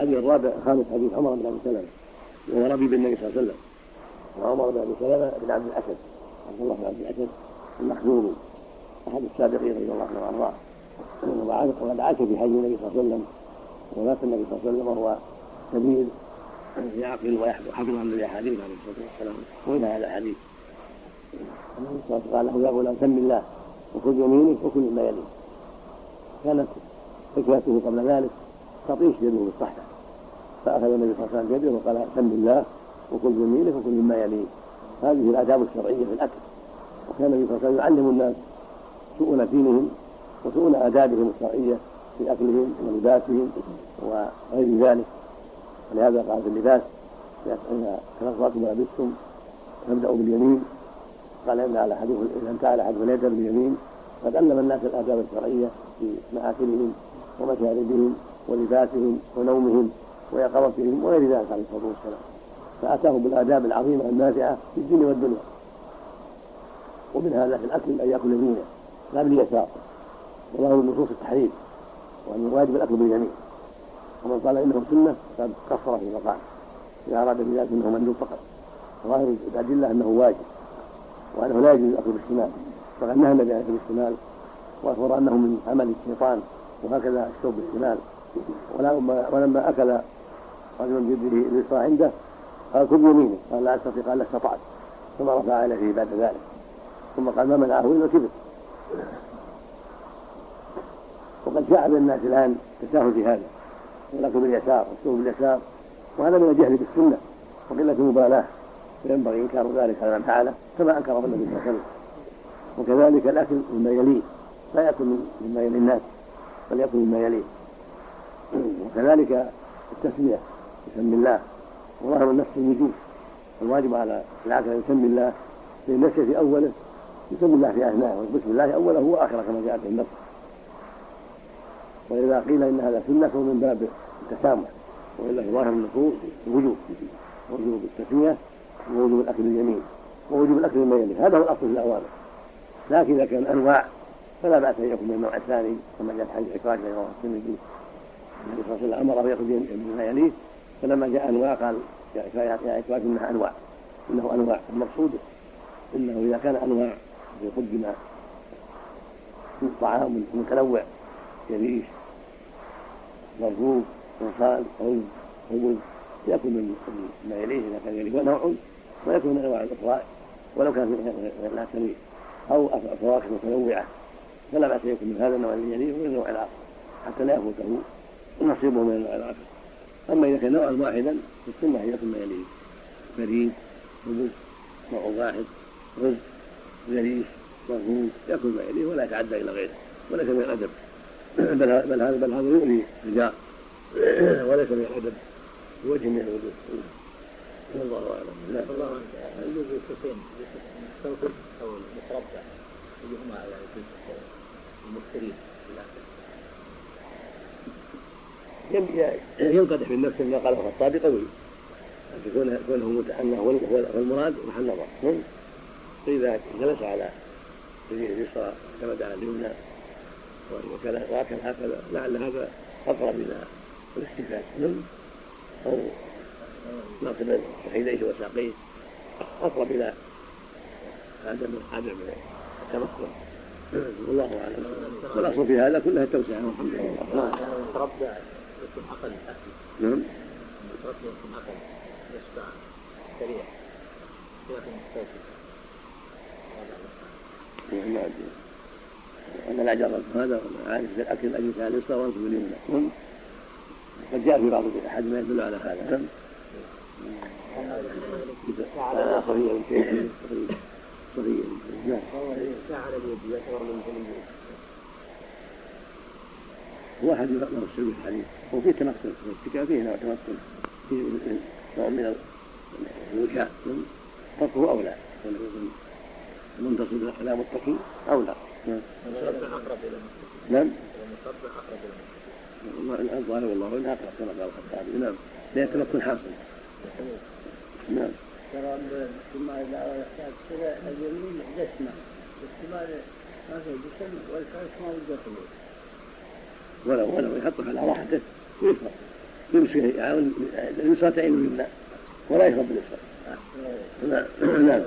الحديث الرابع خامس حديث عمر بن ابي سلمه وهو ربيب النبي صلى الله عليه وسلم، وعمر بن ابي سلمه بن عبد الاسد، عبد الله بن عبد الاسد المخزومي احد السابقين رضي الله عنه وارضاه، وقد عاش في حي النبي صلى الله عليه وسلم، ومات النبي صلى الله عليه وسلم وهو كبير يعقل وحفظ عن الاحاديث عليه الصلاه والسلام. ومن هذا الحديث النبي صلى الله عليه وسلم قال له: يا غلام سم الله وكل يمينك وكل مما يليك. كانت حكمته قبل ذلك تطيش يده بالصحة، فأخذ النبي صلى الله عليه وسلم بيده وقال: سم الله وكل يمينك وكل مما يليك. هذه الآداب الشرعية في الأكل، وكان النبي صلى الله عليه وسلم يعلم الناس شؤون دينهم وشؤون آدابهم الشرعية في أكلهم ولباسهم وغير ذلك. ولهذا قال في اللباس: إذا تنظرتم ولبستم فابدأوا باليمين. قال: إن على حديث إذا انتهى على حديث فليبدأ باليمين. قد علم الناس الآداب الشرعية في مآكلهم ومشاربهم ولباسهم ونومهم ويقظتهم وغير ذلك عليه الصلاة والسلام، فأتاهم بالآداب العظيمة النافعة في الدين والدنيا. ومن هذا في الأكل أن يأكل يمينه لا باليسار، وله نصوص التحريم وأن الواجب الأكل باليمين. ومن قال إنه سنة فقد قصر في مقام إذا أراد بذلك أنه مندوب فقط. ظاهر الأدلة أنه واجب وأنه لا يجوز الأكل بالشمال، فقد نهى النبي عن بالشمال وأخبر أنه من عمل الشيطان، وهكذا الشرب بالشمال. ولما أكل رجل بيده اليسرى عنده قال: كل يمينه. قال: لا أستطيع. قال: لا استطعت. ثم رفع إليه بعد ذلك، ثم قال: ما منعه إلا الكبر. وقد شاع بين الناس الآن تساهل في هذا، والأكل باليسار والشرب باليسار، وهذا من الجهل بالسنة وقلة المبالاة، فينبغي إنكار ذلك على من فعله كما أنكره النبي صلى الله عليه وسلم. وكذلك الأكل مما يليه، لا يأكل مما يلي الناس بل يأكل مما يليه. وكذلك التسمية بسم الله، وظهر النفس الوجوب، الواجب على العاكل أن يسمي الله في النفس في أوله، يسمي الله في أثناءه، بسم الله أوله وآخره كما جاء في النص. وإذا قيل إن هذا سنة فهو من باب التسامح، وإلا في ظاهر النصوص الوجوب، وجوب التسمية ووجوب الأكل اليمين ووجوب الأكل مما يليه. هذا هو الأصل في الأوامر. لكن إذا كان أنواع فلا بأس أن يكون من النوع الثاني كما جاء في حديث عكاش بن الترمذي النبي صلى الله عليه وسلم أمره يأكل مما يليه، فلما جاء أنواع قال: يا عكاش إنها أنواع، إنه أنواع. المقصود إنه إذا كان أنواع يقدم من طعام متنوع يريش مرغوب وصال رز خبز، يأكل مما يليه إذا كان يليه نوع، ويأكل من الأنواع الأخرى ولو كان لا تنويع، أو فواكه متنوعة، فلا بأس يأكل من هذا النوع الذي يليه ومن النوع الآخر حتى لا يفوته نصيبه من النوع الآخر. أما إذا كان نوعا واحدا فالسنة هي يأكل ما يليه: فريد، خبز، نوع واحد، رز، ذريش، مرغوب، يأكل ما يليه ولا يتعدى إلى غيره، وليس من الأدب بل هذا يؤذي الجار وليس من الأدب بوجه من الوجوه. الله أعلم. لا الله عنك يوجد شيئين: التوكل أو المتربع، أيهما يعني المشترين ينقدح من نفسه ما قاله الخطابي قوي، كونه متعنى هو المراد محل نظر. فإذا جلس على اليمين اليسرى اعتمد على اليمنى وكان هكذا لعل هذا أقرب إلى الاستفادة، أو ناصب فخذيه وساقيه أقرب إلى عدم التمكن. والله أعلم. والأصل في هذا كلها التوسعة والحمد لله. المتربع يكون أقل الأكل. نعم. المتربع يكون أقل يشبع سريع، لكن التوسع ما أدري. أنا لا جربت هذا، عارف في الأكل الأجل على اليسرى وأنصب اليمنى. قد جاء في بعض الأحاديث ما يدل على هذا. صغير شيء صغير. نعم. على اليد يعتبر من اليد. هو أحد له السلوك الحديث، وفيه تمثل، فيه نوع تمثل، فيه نوع من الوشاء، تركه أولى، منتصب على متكي أولى. المصبع أقرب إلى نعم. المصبع أقرب إلى الظاهر والله إنه أقرب كما قال الخطابي. نعم. لا يتمكن حاصل. نعم. ترى ثم إذا يحتاج كذا اليمين جسمه، الشمال ما في جسم والفرش ما يقدر. ولو يحطه على راحته ويفرق يمسك اليسرى تعين اليمنى ولا يشرب باليسرى. نعم.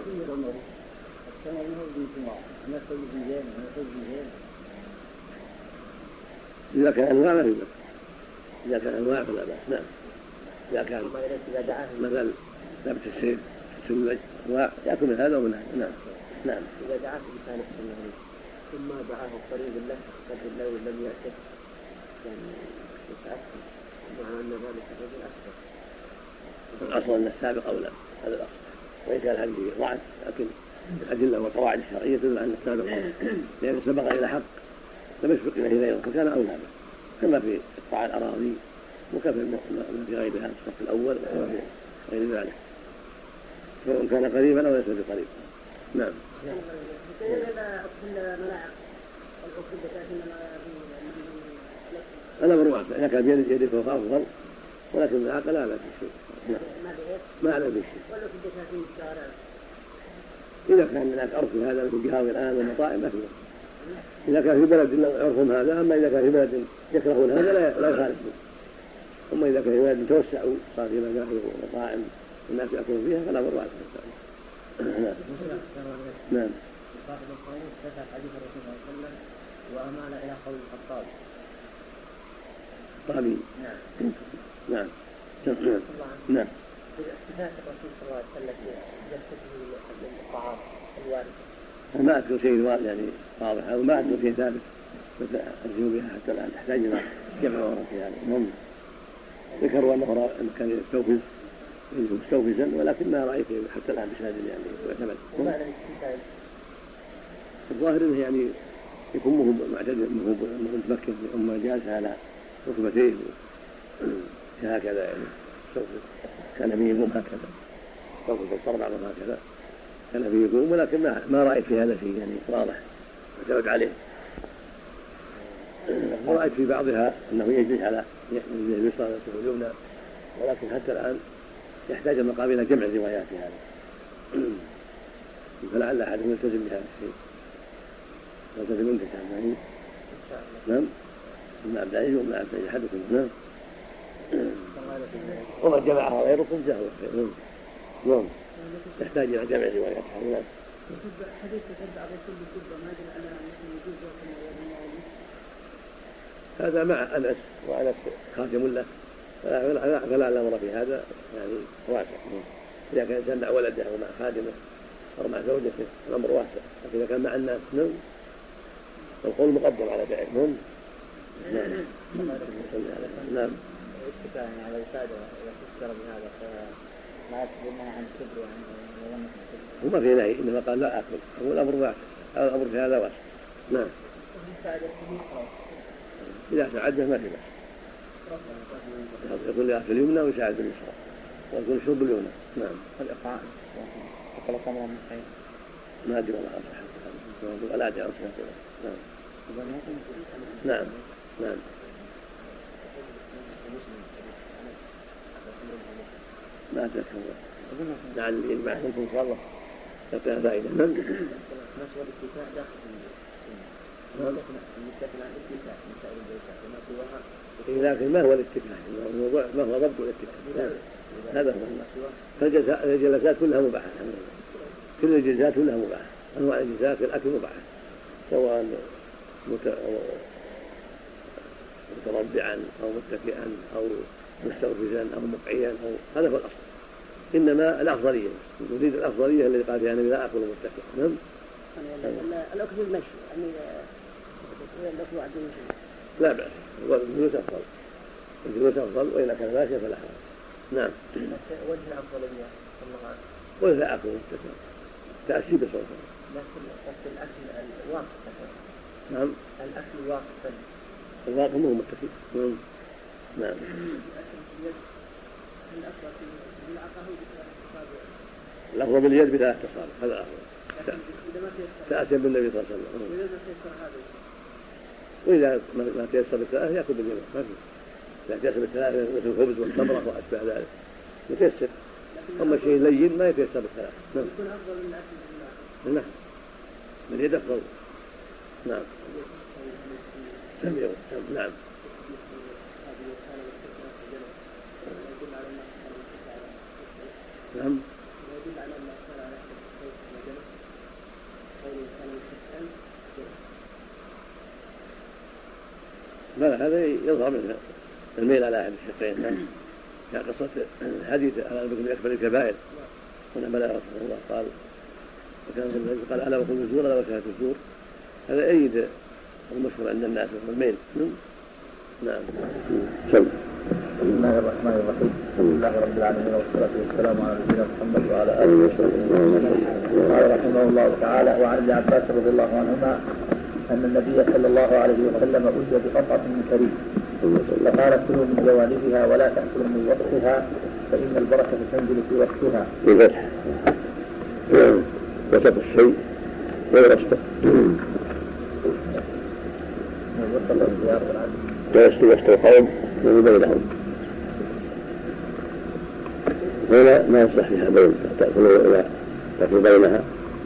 إذا كان أنواع ما في بأس، إذا كان أنواع فلا بأس. نعم. إذا كان مثل ثابت السيف السلج يأكل من هذا ومن هذا. نعم. إذا دعاه بلسان السنة ثم دعاه قريب له قد لو لم يأتي يعني يتأثر مع أن ذلك الرجل أسبق. الأصل أن السابق أولى، هذا الأصل. وإن كان هذه ضعف لكن الأدلة والقواعد الشرعية تدل أن السابق أولى، لأن سبق إلى حق لم يسبق إليه غيره فكان أولى به، كما في قطاع الأراضي وكما في غيرها الصف الأول وكما في غير ذلك، سواء كان قريبا أو ليس بقريب. نعم. الأمر واسع، إذا كان بيد يده فهو أفضل، ولكن العاقل لا بأس بالشيء. ما عليه بالشيء. إذا كان هناك عرف هذا مثل القهاوي الآن والمطاعم ما في بأس. إذا كان في بلد عرفهم هذا، أما إذا كان في بلد يكرهون هذا لا يخالف به. أما إذا كان في بلد توسعوا صار في مقاهي ومطاعم الناس يأكلون فيها فلا أمر واسع. نعم. صاحب القانون فتح حديث الرسول صلى الله عليه وسلم وأمال إلى قول الخطاب. طابي. نعم. نعم. نعم. صفات الرسول صلى الله عليه وسلم في جسده الطعام الوارد. ما أذكر شيء يعني واضح، أو ما أذكر شيء ثابت أرجو بها حتى الآن تحتاج إلى جمع ورا في هذا. هم ذكروا أنه كان مستوفزا ولكن ما رأيت حتى الآن بسند يعني يعتمد. الظاهر أنه يعني يكون معتدل متمكن أما جالس على ركبتيه هكذا يعني كان فيه يقوم هكذا توقف الصرع هكذا كان فيه يقوم، ولكن ما رأيت في هذا شيء يعني واضح اعتمد عليه. ورأيت في بعضها أنه يجلس على اليسرى واليمنى، ولكن حتى الآن يحتاج المقام إلى جمع الروايات في هذا، فلعل أحدهم يلتزم بهذا الشيء. يلتزم أنت تعمل. نعم. ابن عبد العزيز وابن عبد العزيز أحدكم. نعم. ومن جمعها غيركم جهل الخير. نعم. يحتاج إلى جمع الروايات. نعم. حديث تتبع الرسول بالكبة ما يدل على أنه يجوز هذا مع أنس وأنس خادم له فلا الأمر في هذا يعني واسع. إذا كان الإنسان مع ولده أو مع خادمه أو مع زوجته الأمر واسع، لكن إذا كان مع الناس القول مقدم على فعلهم. نعم. نعم. اتفاق على الوسادة وتذكر بهذا فما يكتب منها عن كبر وعن وما في نهي، إنما قال لا أكل، هو الأمر واسع، هذا الأمر في هذا واسع. نعم. إذا تعدى ما في بأس، يكون لأكل اليمنى ويساعد باليسرى ويكون الشرب اليمنى. نعم. الإقراء أقل كم من خير ما أدري والله أصح ولا أدري أصح. نعم. نعم. نعم. ما أتذكر لعل يجمع لكم إن شاء الله يعطينا فائدة. نعم. مسوى الاتفاق داخل المستثنى الاتفاق من سائر الجلسات وما سواها. لكن ما هو الاتفاق؟ ما هو ضبط الاتفاق؟ هذا هو. فالجلسات كلها مباحة، كل الجلسات كلها مباحة، أنواع الجلسات في الأكل مباحة، سواء متربعا أو متكئا أو مستوفزا أو مقعيا أو هذا هو الأصل. إنما الأفضلية نريد الأفضلية التي قال فيها النبي لا أكل متكئا. نعم. الأكل المشي يعني الأكل عند المشي لا بأس، الجلوس أفضل، الجلوس أفضل، وإذا كان ماشيا فلا حرج. نعم. وجه أفضلية ولا أكل متكئا تأسيب صوته. لكن الأكل واقفا. نعم. الأكل واقفا. الواقف هو متكئ. نعم. نعم. الأفضل باليد بلا اتصال، هذا الأفضل. تأسيب بالنبي صلى الله عليه وسلم. وإذا ما تيسر بالثلاثة يأكل باليمين، ما في. إذا تيسر بالثلاثة مثل الخبز والتمرة وأشبه ذلك يتيسر. أما شيء لين ما يتيسر بالثلاثة. نعم. يكون أفضل من الأكل. نعم. باليد أفضل. نعم. نعم. نعم. يدل على أن الأكثر على الشيء وجمع قوله كان شكا. لا هذا يظهر منه الميل على أحد الشقين كقصة الحديث على البكر أكبر الكبائر ولما لا رسول الله قال وكان الذي قال ألا وقل الزور ألا وشهادة الزور هذا أيد المشهور عند الناس وهو الميل. نعم. بسم الله الرحمن الرحيم. الحمد لله رب العالمين والصلاة والسلام على نبينا محمد وعلى آله وصحبه وسلم. قال رحمه الله تعالى: وعن ابن عباس رضي الله عنهما أن النبي صلى الله عليه وسلم أتي بقطعة من كريم فقال: كلوا من جوانبها ولا تأكلوا من وسطها فإن البركة تنزل في وسطها. بفتح وسط الشيء ويسطح ويسطح القوم ومن بينهم هنا ما يصح فيها بين تأكل بينها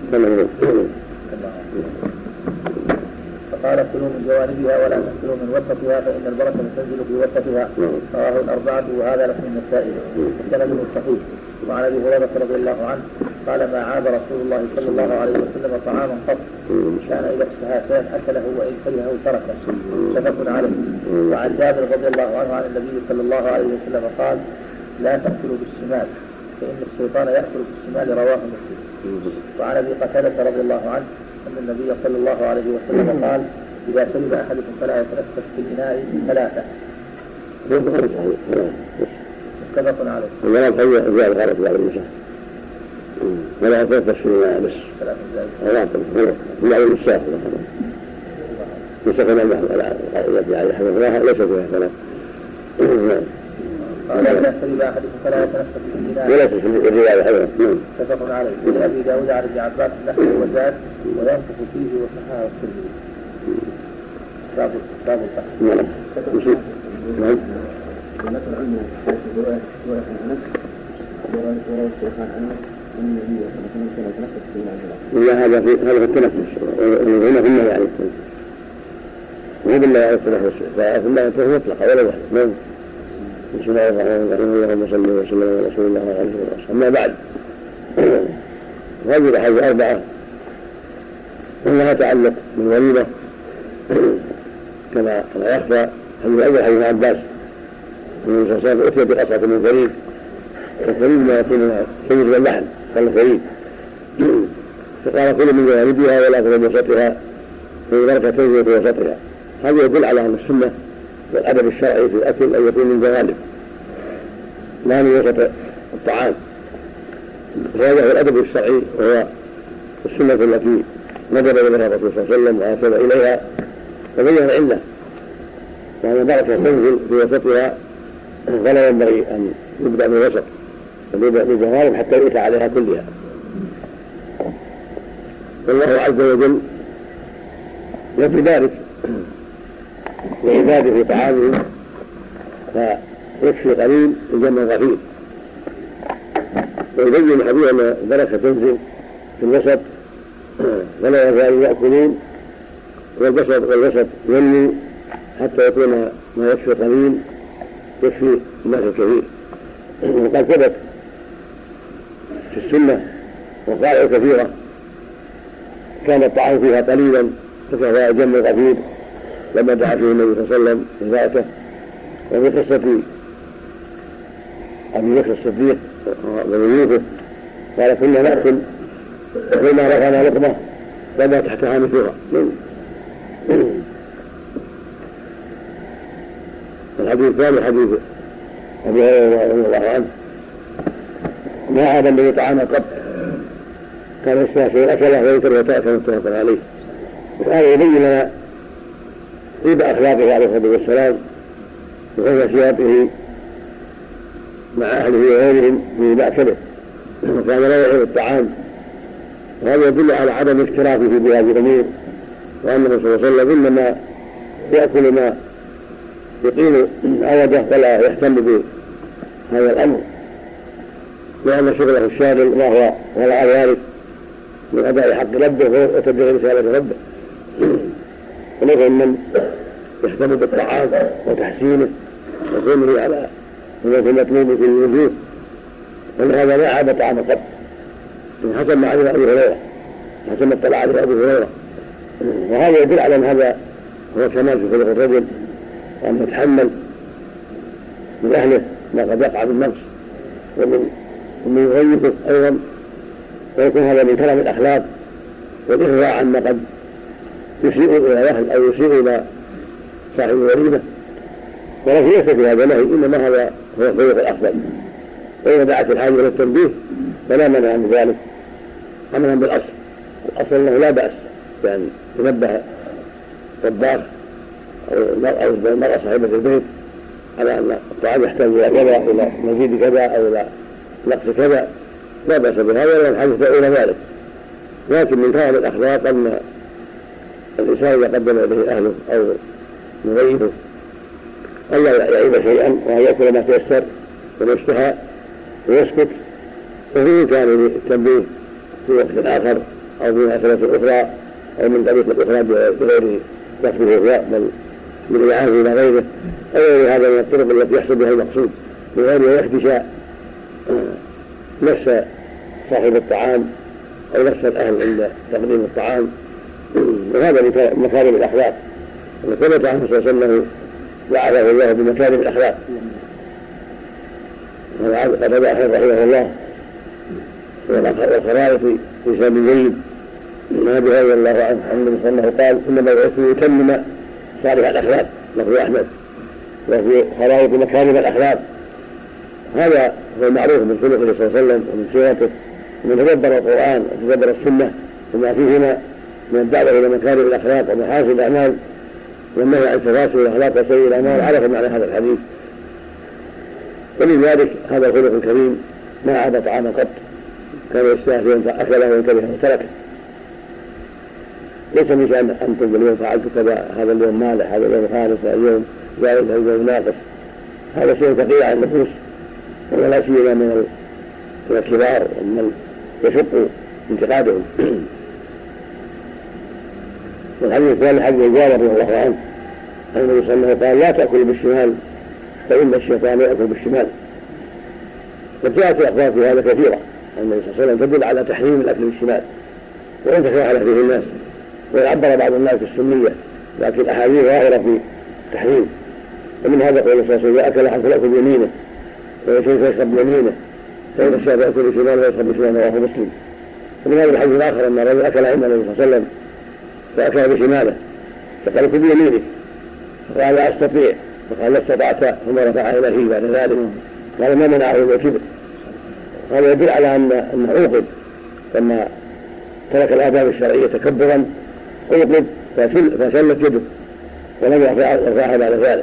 فقال: كلوا من جوانبها ولا تأكلوا من وسطها فإن البركة تنزل في وسطها. رواه الأربعة وهذا لفظ النسائي وسنده صحيح. وعن أبي هريرة رضي الله عنه قال: ما عاب رسول الله صلى الله عليه وسلم طعاما قط كان إذا اشتهى شيئا أكله وإن كرهه تركه. متفق عليه. وعن جابر رضي الله عنه عن النبي صلى الله عليه وسلم قال: لا تأكلوا بالشمال فإن الشيطان يأكل بالشمال. رواه مسلم. وعن أبي قتادة رضي الله عنه أن النبي صلى الله عليه وسلم قال: إذا شرب أحدكم فلا يتنفس في الإناء ثلاثة. متفق عليه. ولا تهيئ زيادة غلط بعد المسح ولا يتنفس في الإناء بس ولا تنفس إلا بالمساق مسكنا التي على حفظها ليس فيها ثلاث. قال: إذا شرب أحدكم فلا يتنفس في الإناء ولا تسمع الرواية حفظها. متفق عليه. ولأبي داود عن ابن عباس نحو وزاد وينفخ فيه وصححه الترمذي. باب الفحص. نعم. ونقل عنه رواية أنس وروى الشيخان أنس أن النبي صلى الله عليه وسلم كان يتنفس في المنزل. لا هذا في التنفس هنا في النهي عن التنفس وهو بالله على التنفس فالله يتنفس مطلقا ولا وحده. بسم الله الرحمن الرحيم. اللهم صل وسلم على رسول الله وعلى اله وصحبه. اما بعد هذه الاحاديث الاربعه انها تعلق بالوليمه كما يخفى حديث اول حديث عباس النبي صلى الله عليه وسلم اتي بقطعه من فريد والفريد ما يكون حمض واللحم قال فريد فقال: كل من جوانبها ولا تكن من وسطها فالبركه تنزل في وسطها. هذا يدل على ان السنه والادب الشرعي في الاكل ان يكون من جوانب لا من وسط الطعام. هذا هو الادب الشرعي وهو السنه التي ندب اليها الرسول صلى الله عليه وسلم وارشد اليها وبين العله وأن البركة تنزل في وسطها فلا ينبغي أن يبدأ من الوسط ويبدأ بالجوانب حتى يؤتى عليها كلها. والله عز وجل يفي ذلك لعباده في طعامهم فيكفي قليل يجمع غفير ويبين حديث أن البركة تنزل في الوسط ولا يزال يأكلون والوسط ينمو حتى يكون ما يكفي قليل يكفي الناس الكثير. وقد ثبت في السنة وقائع كثيرة كان الطعام فيها قليلا فكان يجمع غفير لما دعا فيه النبي صلى الله عليه وسلم لذاته. وفي قصة أبي بكر الصديق وضيوفه قال: كنا نأكل فيما رفعنا لقمة وما تحتها مثلها. الحديث الثاني حديث أبي هريرة رضي الله عنه: ما عاب النبي طعاما قط كان يشتهى شيئا أكله ويكره تأكل متفق عليه. وهذا يبين لنا طيب أخلاقه عليه الصلاة والسلام وحسن سياقه مع أهله وغيرهم في مأكله وكان لا يحب الطعام. وهذا يدل على عدم اكترافه بهذه الأمور وأن الرسول صلى الله عليه وسلم إنما يأكل ما يقيل عوده فلا يهتم بهذا الأمر لأن شغله الشاغل ما هو وراء ذلك من أداء حق ربه وتبليغ رسالة ربه. ولكن من يهتم بالطعام وتحسينه وكونه على المطلوب في الوجوه ولهذا ما عاب طعام قط حسب ما علم أبي هريرة، حسب ما اطلع عليه أبي هريرة. وهذا يدل على أن هذا هو كمال في خلق الرجل، وأن يتحمل من أهله ما قد يقع بالنفس ومن يغيبه أيضا، ويكون هذا من كلام الأخلاق والإغراء عما قد يسيء إلى واحد أو يسيء إلى صاحب الوليمة. ولكن ليس في هذا نهي، إنما هذا هو الخلق الأفضل. وإذا دعت الحاجة إلى التنبيه فلا مانع من ذلك عملا بالأصل. الأصل أنه لا بأس يعني ينبه الطباخ أو المرأة صاحبة البيت على أن الطعام يحتاج إلى كذا، إلى مزيد كذا أو إلى نقص كذا، لا بأس بهذا ولا الحاجة إلى ذلك. لكن من كلام الأخلاق أن الإنسان إذا قدم إليه أهله أو مغيبه ألا يعيب شيئا، وأن يأكل ما تيسر وما اشتهى ويسكت، وفي إمكانه التنبيه في وقت آخر أو في مناسبة أخرى أو من طريقة أخرى بغير قصده الإغواء بل بالإعانة إلى غيره أو غير هذا من الطرق التي يحصل بها المقصود من غير احتشاء نفس صاحب الطعام أو نفس الأهل عند تقديم الطعام. وهذا من مكارم الأخلاق، وثبت عنه صلى الله عليه وسلم وعده الله بمكارم الأخلاق. قد روى أحمد رحمه الله والخرائط في سبيل زيد من أبي رضي الله عنه عن النبي صلى الله عليه وسلم قال: إنما بعثت لأتمم صالح الأخلاق، لفظ أحمد، وفي خرائط مكارم الأخلاق. هذا هو المعروف من خلقه صلى الله عليه وسلم ومن سيرته، ومن تدبر القرآن وتدبر السنة وما فيهما من الدعوة إلى مكارم الأخلاق ومحاسن الأعمال والنهي عن سفاسف الأخلاق وسيء الأعمال عرف معنى هذا الحديث. ولذلك هذا الخلق الكريم ما عاب طعاما قط، كان يستهزئ فأكله وينتبه وتركه. ليس من شأن أنتم اليوم فعلت كذا، هذا اليوم مالح، هذا اليوم خالص، هذا اليوم زائد، هذا اليوم ناقص. هذا شيء ثقيل على النفوس، ولا سيما من الكبار ومن يشق انتقادهم. والحديث الثاني حديث جابر رضي الله عنه أن النبي صلى الله عليه وسلم قال: لا تأكل بالشمال فإن الشيطان يأكل بالشمال. وجاءت الأخبار في هذا كثيرة أن النبي صلى الله عليه وسلم تدل على تحريم الأكل بالشمال، وإن تساهل فيه الناس ويعبر بعض الناس بالسنية، لكن الأحاديث ظاهرة في تحريم. ومن هذا قول صلى الله عليه وسلم: أكل أحد فليأكل بيمينه ويشرب بيمينه، فإن الشاب يأكل بشماله ويشرب بشماله، رواه مسلم. ومن هذا الحديث الآخر أن الرجل أكل عند النبي صلى الله عليه وسلم فأكل بشماله فقال: كل بيمينه، فقال: لا أستطيع، فقال: لا استطعت، ثم رفعها إلى فيه بعد ذلك. قال: ما منعه إلا الكبر. هذا يدل على أنه أوقد لما ترك الآداب الشرعية تكبرا، أوقد فشلت يده ولم يرفعها بعد ذلك.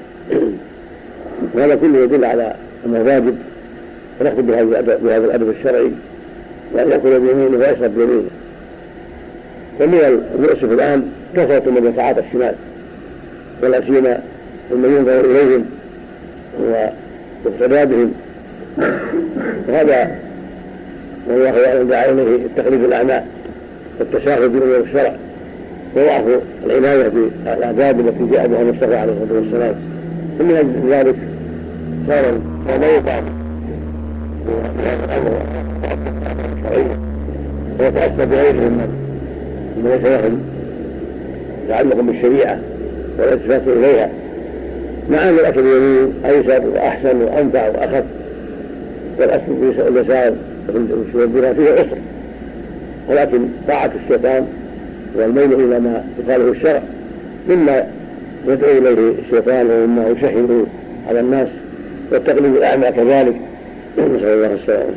وهذا كله يدل على أنه واجب ونأخذ بهذا الأدب الشرعي، وأن يأكل بيمينه ويشرب بيمينه. ومن المؤسف الآن كثرة من يتعاطى الشمال، ولا سيما ممن ينظر إليهم واقتداء بهم، وهذا والله يعلم دعا إليه التقليد الأعمى والتساهل بأمور الشرع وضعف العناية بالآداب التي جاء بها المصطفى عليه الصلاة والسلام. ومن أجل ذلك صار لا يفعل بهذا الأمر الشرعي ويتأسى بغيرهم من ليس لهم تعلق بالشريعة والالتفات إليها، مع أن الأكل اليمين أيسر وأحسن وأنفع وأخف، والأسل في اليسار والبناء فيه عسر، ولكن طاعة الشيطان والميل إلى ما يقاله الشرع مما يدعو إليه الشيطان ومما يشحنه على الناس، والتقليد الأعمى كذلك. نسأل الله السلامة.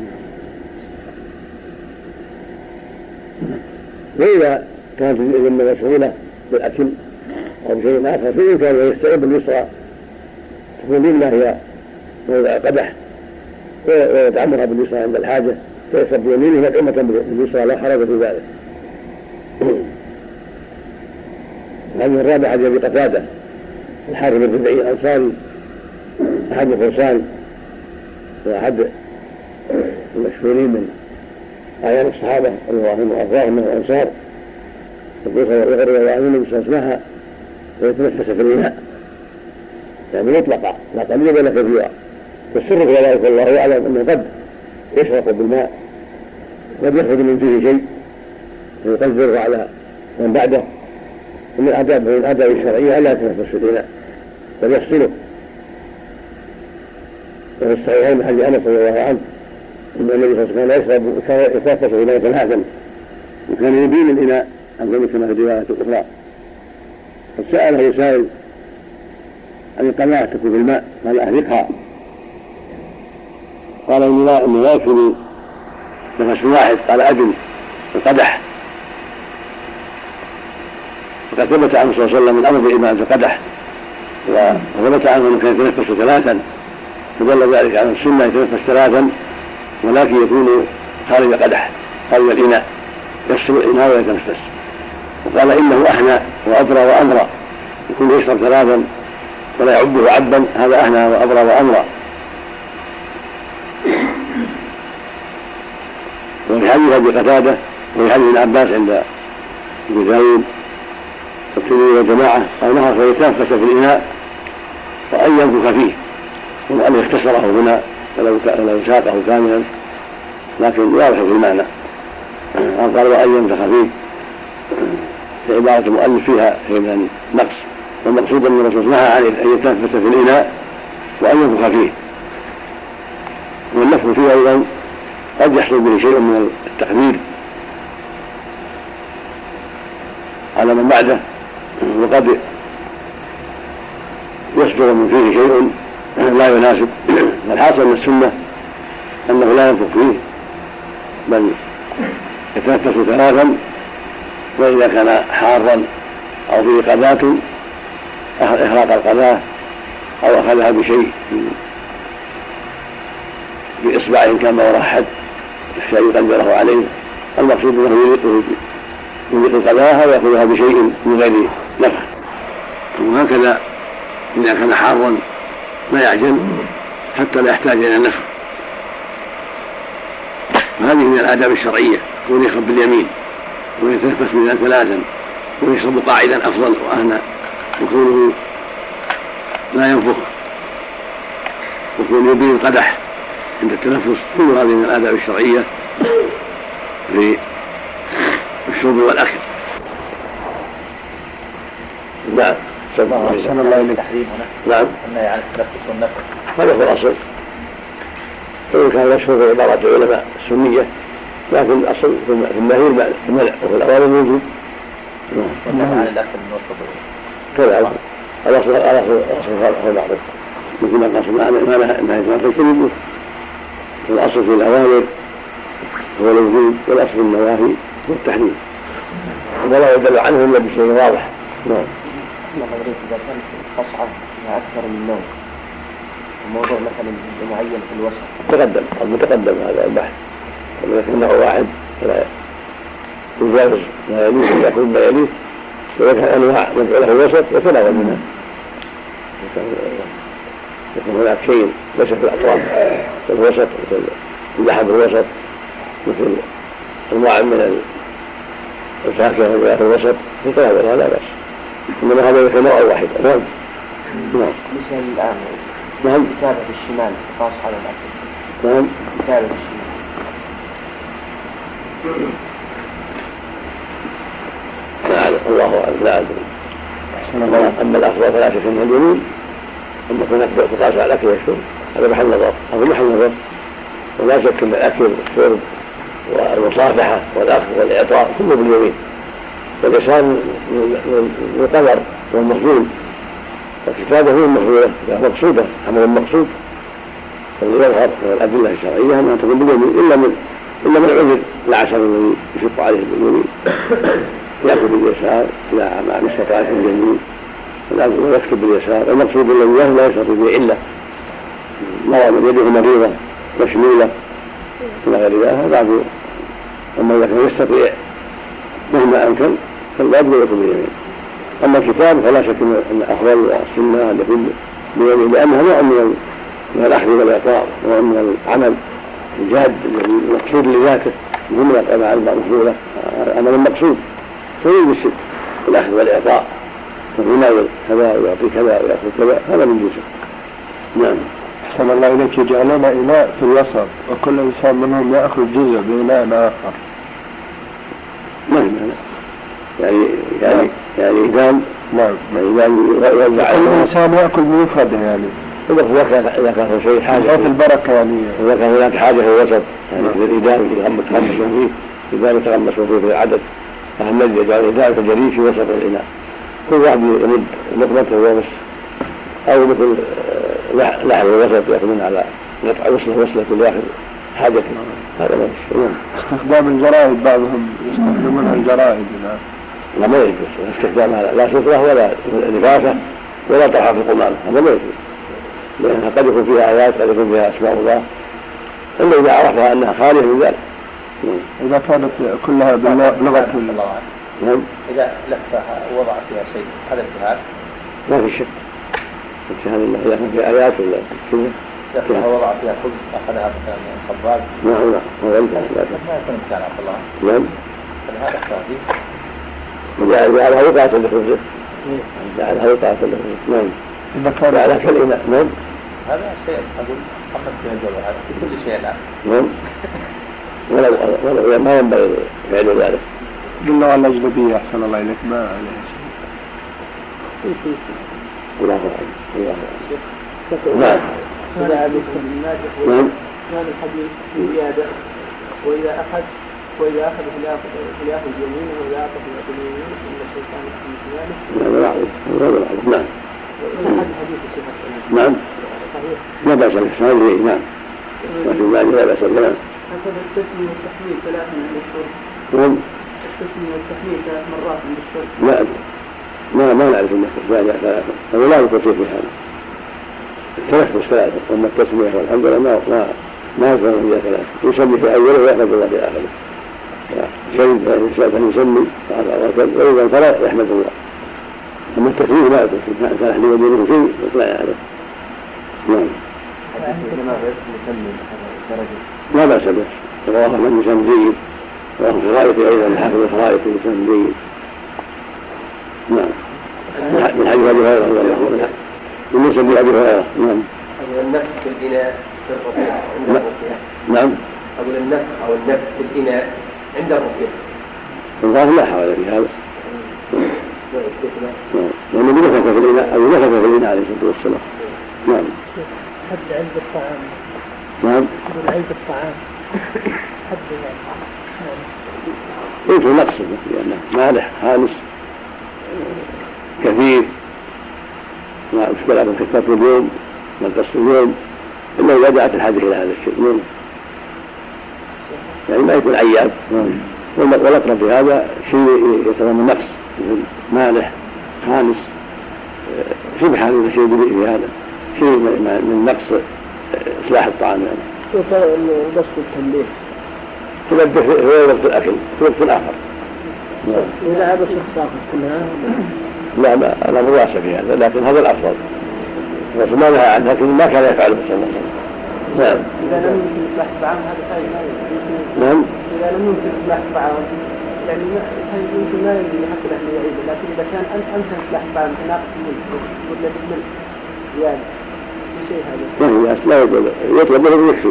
وإذا كانت الذمة مشغولة بالأكل أو بشيء آخر فإن أن يستعين باليسرى تكون اليمنى هي موضع قدح ويتعمرها باليسرى عند الحاجة، فيشرب بيمينه مدعومة باليسرى لا حرج في ذلك. هذه الرابعة حديث أبي قتادة الحارث بن ربيعي الأنصاري أحد الفرسان وأحد المشهورين من أعيان الصحابة رضي الله عنهم وأرضاهم من الأنصار، يقول ويعلمون بسمها ويتنفس في الإناء، يعني مطلقة لا قليلا ولا كثيرا. والسر في ذلك والله يعلم أنه قد يشرق بالماء قد يخرج من فيه شيء فيقدره على من بعده. ومن الآداب الشرعية ألا يتنفس في الإناء بل يفصله. وفي الصحيحين من حديث أنس رضي الله عنه أن النبي صلى الله عليه وسلم كان يتنفس في إناء ثلاثا وكان يبين الإناء أفضل كما في الرواية الأخرى. فسأله سائل عن القناة تكون في الماء قال أهلكها. قال إني لا يكفي نفس واحد. قال أجل القدح. وقد ثبت عنه صلى الله عليه وسلم من أمر الإمام في القدح وثبت عنه أنه كان يتنفس ثلاثا فدل ذلك على السنة يتنفس ثلاثا ولكن يكون خارج قدح خارج الإناء يفصل الإناء ويتنفس. وقال إنه أهنى وأبرى وأمرى يكون يشرب ثلاثا ولا يعبه عبا هذا أهنى وأبرى وأمرى. وفي حديث أبي قتادة وفي حديث ابن عباس عند ابي داود والترمذي والجماعة قال نهى فيتنفس في الإناء وأن ينفخ فيه وأن اختصره هنا ولو ساقه كاملا لكن واضح في المعنى. قال وأن ينفخ فيه في عبارة المؤلف فيها شيء من النقص والمقصود أن الرسول نهى عن أن يتنفس في الإناء وأن ينفخ فيه. والنفخ فيه أيضا قد يحصل به شيء من التخمير على من بعده وقد يصدر من فيه شيء لا يناسب. الحاصل من السنة أنه لا ينفخ فيه بل يتنفس ثلاثا وإذا كان حارا أو فيه قذاة إحراق القذاة أو أخذها بشيء بإصبعه كما وراء حد يخشى يقدره عليه المقصود أنه يليق القذاة ويأخذها بشيء من غير نفخ. وهكذا إذا كان حارا لا يعجل حتى لا يحتاج إلى النفخ. وهذه من الآداب الشرعية كون يشرب باليمين ويتنفس من ثلاثا ويشرب قاعدا أفضل وأهنى وكونه لا ينفخ وكونه يبين القدح عند التنفس كل هذه من الآداب الشرعية في الشرب والأكل. نعم أحسن الله إليك تحريم هنا. نعم النهي عن التنفس والنفخ هذا هو الأصل. فإن كان يشهر في عبارة العلماء السنية لكن الأصل في النهي المنع وفي الأوامر موجود. والنهي عن الأكل والشرب كذا الأصل هو المعروف مثل ما الأصل ما نهي تجتنبه. الأصل في الأوامر هو الوجود والأصل في النواهي هو التحريم ولا يدل عنه إلا بشيء واضح. نعم. إذا كان في قصعة فيها أكثر من نوع وموضوع مثلا معين في الوسط متقدم هذا البحث ولو يكون نوع واحد فلا يجاوز ما يليه ويأكل ما يليه ويكون أنواع ندعو له الوسط يتناول منها يكون هناك شيء ليس في الأطراف في الوسط مثل اللحم الوسط مثل أنواع من الفاكهة في الوسط يتناولها لا بأس إنما هذا يكون نوع واحد. نعم. مثل الآن نعم. كتابة الشمال قاس على الأكل. نعم. كتابة الشمال. لا أعلم الله أعلم لا أعلم. أما الأفضل فلا شك أنها اليمين أما كنا تقاس على الأكل والشرب هذا محل نظر هذا محل نظر ولا شك أن الأكل والشرب والمصافحة والأخذ والإعطاء كله باليمين واليسار من القدر والمفضول والكتابة هي المفضولة مقصودة عمل مقصود فليظهر من الأدلة الشرعية أنها تكون باليمين إلا من عذر العسل الذي يشق عليه باليمين يأكل باليسار إلى ما استطاع باليمين ويكتب باليسار. المقصود الذي لا يستطيع به علة من يده مريضة مشمولة إلى غير ذلك بعد. أما إذا كان يستطيع مهما أمكن فلا يجب يكون باليمين. أما الكتاب فلا شك أن أفضل السنة أن يكون باليمين لأنها نوع من الأخذ والإعطاء ونوع من العمل الجاد المقصود لذاته جملة كما علم مفضولة أمر المقصود فيجب الأخذ والإعطاء فيناول كذا ويعطي كذا ويأخذ كذا هذا من جنسه. نعم. أحسن الله إليك، يجعلون إناء في الوسط وكل إنسان منهم يأخذ جزء بإناء آخر. ما في معنى يعني إذا كل إنسان يأكل بمفرده يعني إذا كان شيء حاجة في البركة يعني إذا كان هناك حاجة في الوسط يعني في الإدام يتغمسون فيه إذا يتغمسون فيه في العدد، فهم الذي يجعل الإدام كالجليد في وسط الإناء، كل واحد يمد لقمته ويمس، أو مثل لحم الوسط يأخذون على قطع وصلة لآخر حاجته، هذا ما يشتغلون. استخدام الجرائد بعضهم يستخدمونها الجرائد لا ما يجوز استخدامها لا سفرة ولا نفاسة ولا طرحة في القمامة، هذا ما يجوز، لأنها قد يكون فيها آيات قد يكون فيها أسماء الله إلا إذا عرفها أنها خالية من ذلك. إذا كانت كلها بلغة الله إذا لفها ووضع فيها شيء هذا اجتهاد ما في شك، اجتهاد الله إذا كان فيها آيات ولا كذا لفها ووضع فيها خبز أخذها مثلا من الخباز نعم هو أنت ما يكون امتحان عبد الله نعم هذا اختار جعلها وقعة لخبزه جعلها وقعة لخبزه نعم إذا كان جعلها كالإناء نعم هذا شيء أقول محمد فيها الجواب هذا في كل شيء الآن نعم ولا ما ينبغي فعل ذلك. بالله على الأجنبية أحسن الله إليك ما عليها شيء. الله نعم. نعم. كان الحديث زيادة وإذا أخذ فليأخذ يمينه وإذا أخذ يمينه إن الشيطان يحكم شماله. نعم. صحيح الحديث الشيخ. نعم. صحيح. لا بأس به صحيح نعم. لكن لا بأس به. أخذ التسمية والتحميل 3 من الشرب. نعم. التسمية والتحميل 3 مرات من الشرب. لا ما نعرف أن التسمية 3 هذا لا يكون في هذا. التنفس 3 أما التسمية والحمد لله ما يكون فيها 3 يسمي في أوله ويحمد الله في آخره. شيء يسمي وإذا فلا يحمد الله. أما التسمية ما يكون كان أحد يدينه شيء لا يعرف. نعم. لا بأس به رواه من يسمى جيد رواه الخرائط أيضا الحافظ الخرائط يسمى جيد. نعم. من حديث أبي هريرة رضي الله عنه من يسمى أبي هريرة. نعم. أقول النفس في الإناء في الرقية. نعم. أقول النفس أو النفس في الإناء عند الرقية. الظاهر لا حول في هذا. لأنه نفث في الإناء أو نفث في الإناء عليه الصلاة والسلام. نعم. حد علبة الطعام. نعم. علبة الطعام. حد يمكن نقص لأنه مالح خالص كثير ما أشكل على كثرة اليوم نقص اليوم إلا إذا جاءت الحاجة إلى هذا الشيء يعني ما يكون عياب. والأقرب في هذا شيء يتضمن نقص مالح خالص شبه هذا الشيء في هذا شيء من نقص إصلاح الطعام يعني. شوف بس التنبيه تنبه في وقت الأكل في وقت آخر. إذا عبس الصافة كلها لا أنا مواصل في هذا لكن هذا الأفضل الرسول ما نهى عنه لكن ما كان يفعله صلى الله عليه وسلم. نعم. إذا لم يمكن إصلاح الطعام هذا خير. نعم. إذا لم يمكن إصلاح الطعام يعني يمكن ما يجوز لحق الأهل يعيده لكن إذا كان أمكن إصلاح الطعام ناقص الملك ولا بالملك يعني شيء هذا. لا يقول يطلب منه يكفي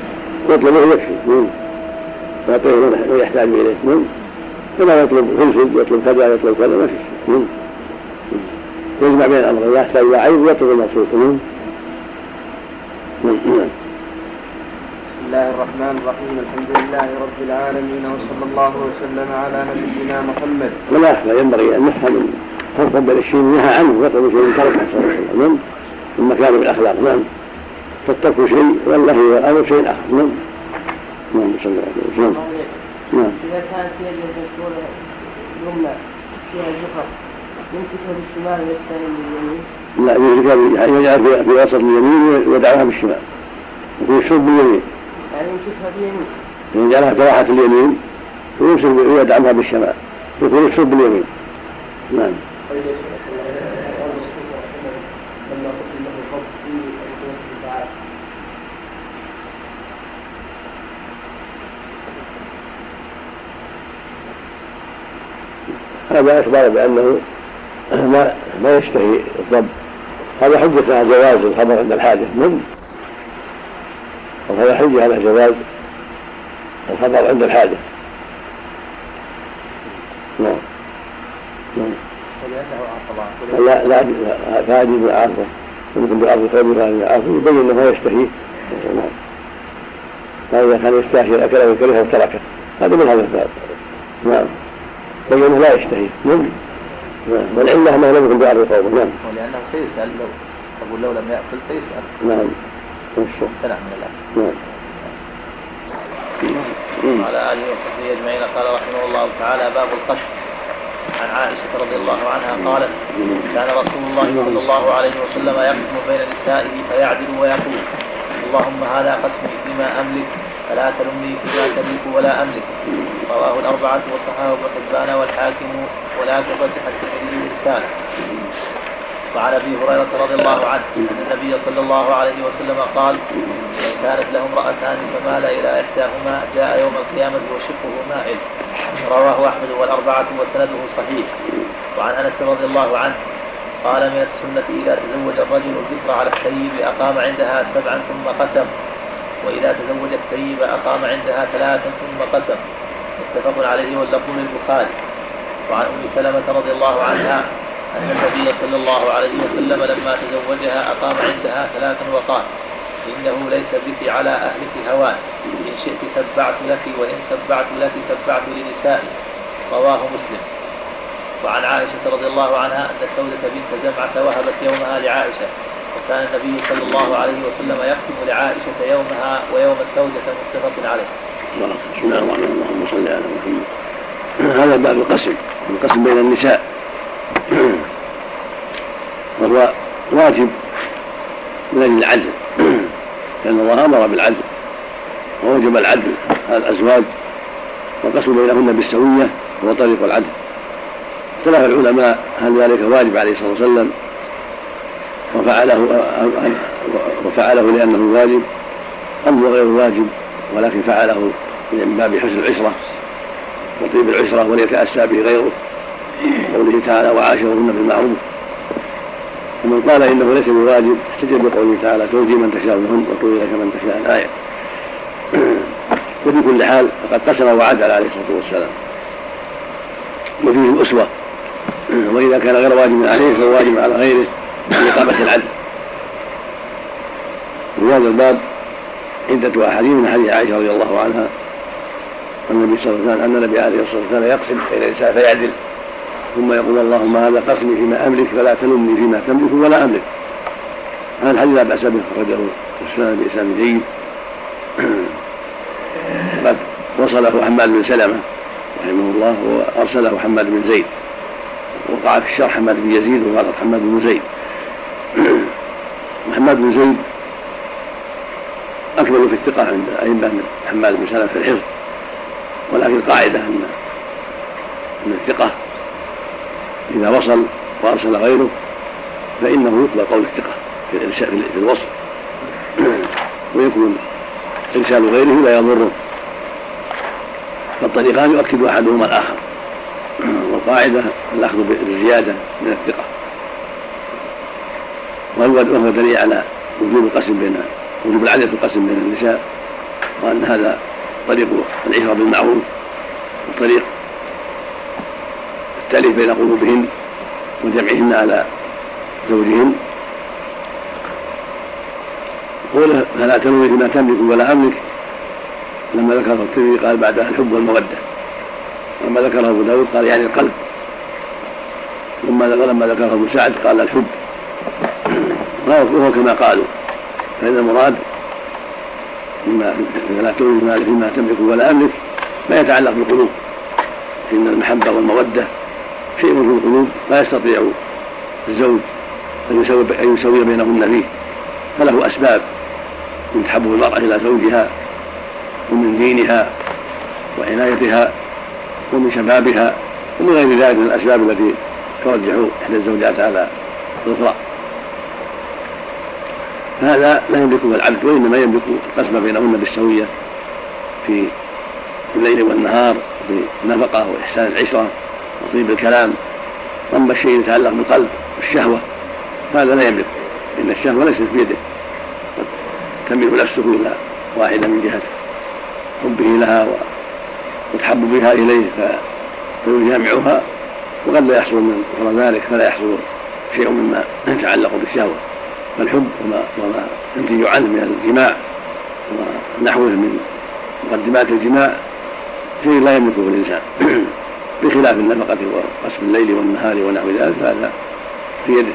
يعطيه ما يحتاج إليه فلا يطلب فلفل يطلب كذا ما في شيء يجمع بين الأمر لا يحتاج إلى عين ويطلب المقصود. بسم الله الرحمن الرحيم الحمد لله رب العالمين وصلى الله وسلم على نبينا محمد. ولا أخفى ينبغي أن نفهم فرقا بين الشيء نهى عنه ويطلب شيء تركه صلى الله عليه وسلم من مكارم الأخلاق. نعم. فالترك شيء والله والأمر شيء آخر. نعم. صلى الله عليه وسلم. نعم. إذا كانت يد الدكتور اليمنى فيها زفر يمسكها بالشمال ويستعين باليمين. لا يمسكها يجعل في وسط اليمين ويدعها بالشمال وفي الشرب باليمين. يعني يمسكها باليمين. يجعلها كراحة اليمين ويمسك ويدعمها بالشمال يكون الشرب باليمين. نعم. هذا أخبر بأنه ما يشتهي الضب. هذا حجة على جواز الخمر عند الحاجة وهذا حجة على جواز الخبر عند الحاجة. نعم. لا لا فهذه بالعارضة يمكن بعرض الخبر فهذه عارضة يبين أنه يشتهيه. نعم. فإذا كان يستحي الأكل ويكرهه وتركه هذا من هذا الباب. نعم. بينه لا يشتهي. نعم. والعلة ما لم يكن بعرض الخبر. نعم. ولأنه سيسأل لو لم يأكل سيسأل. نعم. امتنع من الأكل. نعم. وعلى آله وصحبه أجمعين. قال رحمه الله تعالى: باب القشر. عن عائشة رضي الله عنها قالت: كان رسول الله صلى الله عليه وسلم يقسم بين نسائه فيعدل ويقول: اللهم هذا قسمي فيما أملك فلا تلمني فيما تملك ولا أملك. رواه الأربعة وصححه ابن حبان والحاكم ولكن رجح الترمذي برسالة. وعن أبي هريرة رضي الله عنه أن النبي صلى الله عليه وسلم قال: إن كانت له امرأتان فمال إلى إحداهما جاء يوم القيامة وشقه مائل. رواه أحمد والأربعة وسنده صحيح. وعن أنس رضي الله عنه قال: من السنة إذا تزوج الرجل البكر على الثيب أقام عندها 7 ثم قسم، وإذا تزوج الثيب أقام عندها 3 ثم قسم. متفق عليه واللفظ للبخاري. وعن أم سلمة رضي الله عنها أن النبي صلى الله عليه وسلم لما تزوجها أقام عندها 3 وقال: إنه ليس بك على أهلك هوان، إن شئت سبعت لك وإن سبعت لك سبعت لنسائي. رواه مسلم. وعن عائشة رضي الله عنها أن سودة بنت زمعة وهبت يومها لعائشة، وكان النبي صلى الله عليه وسلم يقسم لعائشة يومها ويوم سودة. متفق عليه. بسم الله الرحمن الرحيم. اللهم صل على محمد. هذا باب القسم بين النساء، وهو واجب من أجل العدل، لأن الله أمر بالعدل ووجب العدل على الأزواج، والقسم بينهن بالسوية هو طريق العدل. اختلف العلماء هل ذلك واجب عليه الصلاة والسلام وفعله لأنه واجب أم غير واجب، ولكن فعله من باب حسن العشرة وطيب العشرة وليتأسى به غيره، قوله تعالى: وعاشرهن بالمعروف. ومن قال إنه ليس بواجب احتج بقوله تعالى: تؤتي من تشاء منهن وتؤتي لك من تشاء الآية. وفي كل حال فقد قسم وعدل عليه الصلاة والسلام، وفيه الأسوة. وإذا كان غير واجب عليه فهو واجب على غيره لإقامة العدل. وفي هذا الباب عدة أحاديث من حديث عائشة رضي الله عنها أن النبي عليه الصلاة والسلام يقسم بين النساء فيعدل، ثم يقول: اللهم هذا قسمي فيما أملك فلا تلمني فيما تملك ولا أملك. هذا الحديث لا بأس به، أخرجه السنن بإسناد جيد. قد وصله حماد بن سلمة رحمه الله وأرسله حماد بن زيد، وقع في الشرح حماد بن يزيد وغلط حماد بن زيد. محمد بن زيد أكمل في الثقة عند أئمة حماد بن سلمة في الحفظ، ولكن القاعدة أن الثقة إذا وصل وأرسل غيره فإنه يقبل قول الثقة في الوصل، ويكون إرسال غيره لا يضره، فالطريقان يؤكد أحدهما الآخر، والقاعدة الأخذ بالزيادة من الثقة. وهو دليل على وجوب العدل في القسم بين النساء، وأن هذا طريق العشرة بالمعروف وطريق التأليف بين قلوبهن وجمعهن على زوجهن. قوله فلا تلوي فيما تملك ولا أملك لما ذكره الترمذي قال بعدها الحب والمودة، لما ذكره أبو داود قال يعني القلب، لما ذكره ابن سعد قال الحب، وهو كما قالوا، فإن المراد فلا تلوي فيما تملك ولا أملك ما يتعلق بالقلوب، فإن المحبة والمودة شيء في القلوب لا يستطيع الزوج أن يسوي بينهن فيه، فله أسباب من تحبب المرأة إلى زوجها ومن دينها وعنايتها ومن شبابها ومن غير ذلك من الأسباب التي ترجح إحدى الزوجات على الأخرى. هذا لا يملكه العبد، وإنما يملك القسم بينهن بالسوية في الليل والنهار، في النفقة وإحسان العشرة وطيب الكلام. أما الشيء يتعلق بالقلب والشهوة هذا لا يملك، إن الشهوة ليست بيده، قد تميل نفسه إلى واحدة من جهة حبه لها وتحب بها إليه فيجامعها، وقد لا يحصل من وراء ذلك فلا يحصل شيء مما يتعلق بالشهوة. فالحب وما ينتج عنه من الجماع ونحوه من مقدمات الجماع شيء لا يملكه الإنسان بخلاف النفقة وقسم الليل والنهار ونحو ذلك، فهذا في يده.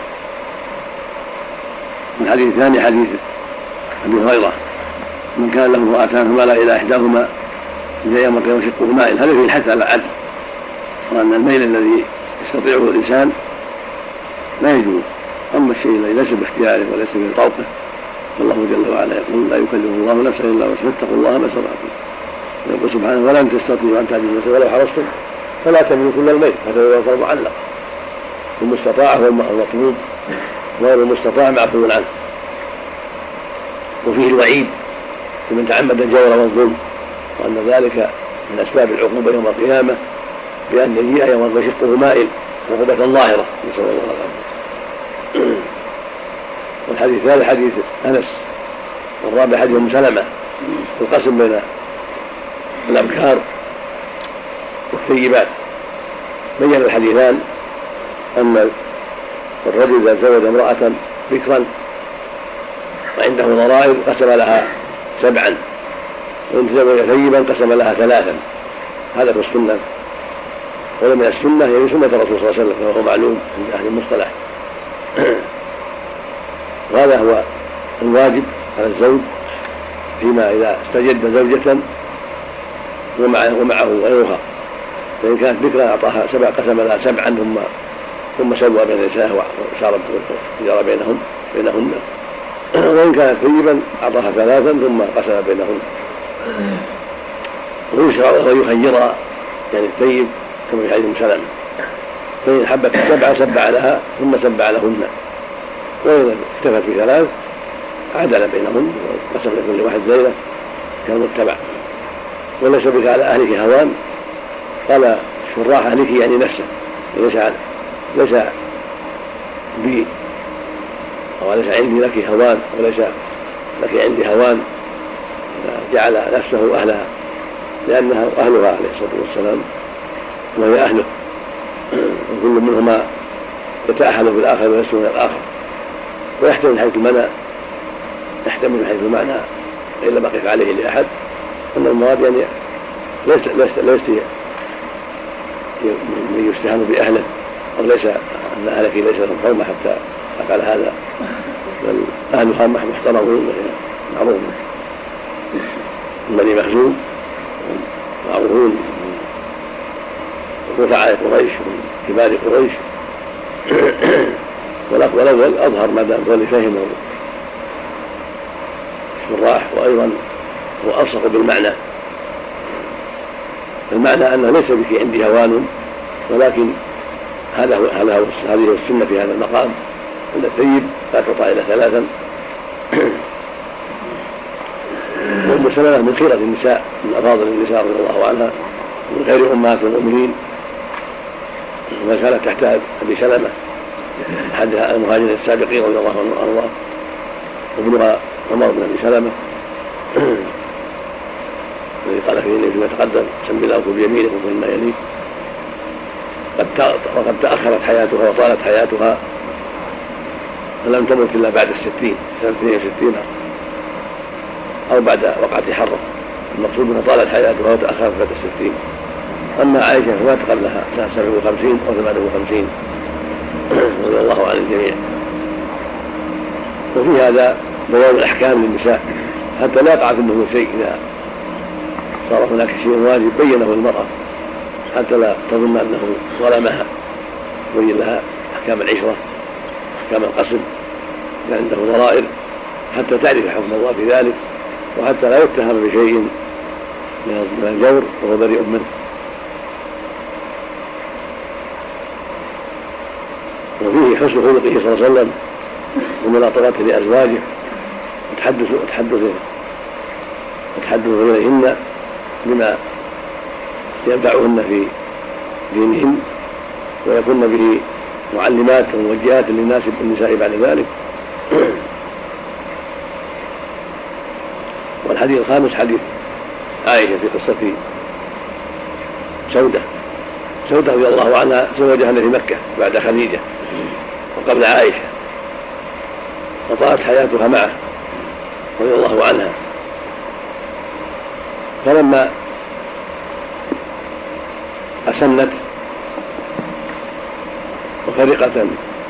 والحديث الثاني حديث أبي هريرة: من كان له امرأتان فمال إلى إحداهما جاء يوم القيامة شقه مائل. هذا فيه الحث على العدل، وأن الميل الذي يستطيعه الإنسان لا يجوز. أما الشيء الذي ليس باختياره وليس بطوقه فالله جل وعلا يقول: لا يكلف الله نفسا إلا وسعها، فاتقوا الله ما استطعتم. ويقول سبحانه: ولن تستطيعوا أن تعدلوا المسائل ولو حرصتم فلا تميلوا كل الميل فتذروا فرض معلق. المستطاع هو المطلوب، وغير المستطاع معفو عنه. وفيه الوعيد لمن تعمد الجور والظلم، وأن ذلك من أسباب العقوبة يوم القيامة، بأن يجيء يوم يشقه مائل عقوبة ظاهرة، نسأل الله العافية. والحديث الثالث حديث أنس، والرابع حديث أم سلمة القسم بين الأبكار والثيبات. بين الحديثان أن الرجل إذا زوج امرأة بكرا وعنده ضرائر قسم لها 7، وإن تزوج ثيبا قسم لها 3. هذا في السنة، ومن السنة يعني سنة الرسول صلى الله عليه وسلم وهو معلوم عند أهل المصطلح. وهذا هو الواجب على الزوج فيما إذا استجد زوجة ومعه غيرها. فإن كانت بكرا أعطاها 7 قسم لها 7 ثم سوى بين النساء وصارت تجارة بينهن. وإن كانت ثيبا أعطاها 3 ثم قسم بينهن. ويشرع له يخيرها، يعني الثيب كما في حديث أم سلمة، فإن حبت 7 سبع لها ثم سبع لهن، وإذا اكتفت ب3 عدل بينهن وقسم لكل واحد ليلة كالمتبع. وليس بك على أهلك هوان، قال شراح أهلك يعني نفسه، ليس بي أو ليس عندي لك هوان وليس لك عندي هوان، جعل نفسه أهلها لأنها أهلها عليه الصلاة والسلام وهي أهله، وكل منهما يتأهل بالآخر ويسلم من الآخر. ويحتمل من حيث المعنى إن لم أقف عليه لأحد أن المراد يعني ليست من يستهان بأهله، أو ليس أن أهلك ليس لهم حرمة حتى أفعل هذا، بل أهلها محترمون معروفون من بني مخزوم معروفون رفعاء قريش من كبار قريش. والأول أظهر ما دام هو اللي فهمه الشراح، وأيضا هو ألصق بالمعنى. المعنى أنه ليس بك عندي هوان، ولكن هذه السنة في هذا المقام، أن الثيب لا تعطى إلى 3. وأم سلمة من خيرة النساء، من أفاضل النساء رضي الله عنها، من خير أمهات المؤمنين، وما كانت تحت أبي سلمة أحد المهاجرين السابقين رضي الله عنه وأرضاه، وابنها عمر بن أبي سلمة الذي قال فيما تقدم: سم الله بيمينك وفيما يليك. وقد تأخرت حياتها وطالت حياتها، فلم تمت إلا بعد 60 سنة 62 أو بعد وقعة حرة. المقصود أنها طالت حياتها وتأخرت بعد 60. أما عائشة فمات قبلها سنة 57 أو 58 رضي الله عن الجميع. وفي هذا بيان الأحكام للنساء حتى لا يقع منه شيء إذا صار هناك شيء واجب بينه المرأة، حتى لا تظن أنه ظلمها. بين لها أحكام العشرة، أحكام القسم إذا عنده ضرائر، حتى تعرف حكم الله في ذلك، وحتى لا يتهم بشيء من الجور وهو بريء منه. وفيه حسن خلقه صلى الله عليه وسلم وملاطفته لأزواجه وتحدث إليهن بما ينفعهن في دينهن، ويكون به معلمات وموجهات للنساء بعد ذلك. الحديث الخامس حديث عائشة في قصة سودة رضي الله عنها، تزوجها في مكة بعد خديجة وقبل عائشة، وطالت حياتها معه رضي الله عنها. فلما أسنت وفرقة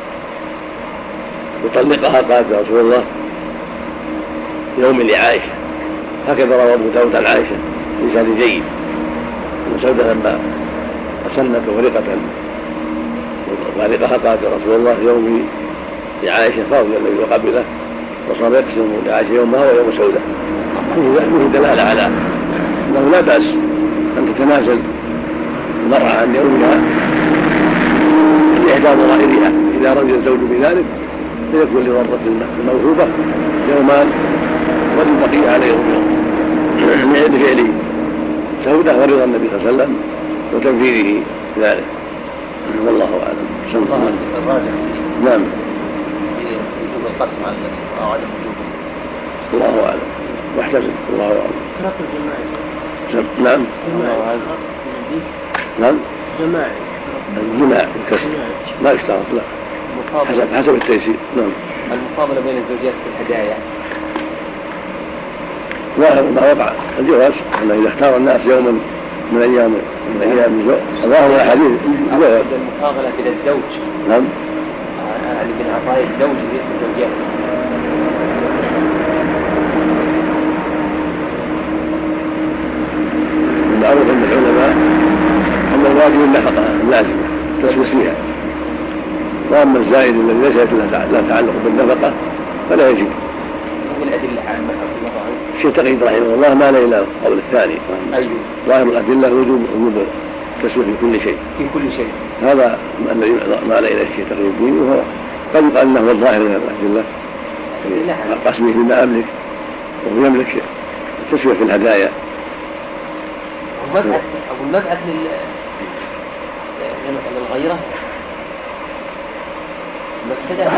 يطلقها قالت يا رسول الله يوم لعائشة، هكذا روى أبو داود عن عائشة بإسناد جيد أن سودة لما أسنت وفرقة وفارقها قالت يا رسول الله يومي لعائشة، فرضي النبي وقبله وصار يقسم لعائشة يومها ويوم سودة. فيه دلالة على أنه لا بأس أن تتنازل المرأة عن يومها لإحدى ضرائرها إذا رضي الزوج بذلك، فيكون لضرة الموهوبة يومان وللبقية عليه يوم لعد فعله سودة ورضا النبي صلى الله عليه وسلم وتنفيذه ذلك. والله أعلم. الراجع نعم وجوب القسم على النبي أو عدم وجوبه. الله أعلم واحتمل. الله أعلم. نعم نعم الجماع الكسر ما يشترط، لا حسب التيسير. نعم. المقابلة بين الزوجات في الهدايا ظاهر ما وقع الجواز أنه إذا اختار الناس يوما من أيام ظاهر الحديث الجواز. المقابلة بين الزوج نعم يعني من عطاء الزوج للزوجات. المعروف عند العلماء أن الواجب النفقة اللازمة تسوي فيها، وأما الزائد الذي ليس لا تعلق بالنفقة فلا يجب. والأدلة عامة شيء تقييد رحمه الله ما لا إلى قول الثاني. ظاهر الأدلة وجوب التسوية في كل شيء. هذا الذي ما لا إلى شيء تقييد الدين، وهو قد يقال أنه هو الظاهر من الأدلة قسمه فيما أملك وهو يملك التسوية في الهدايا. المبعث للغيرة مفسدة.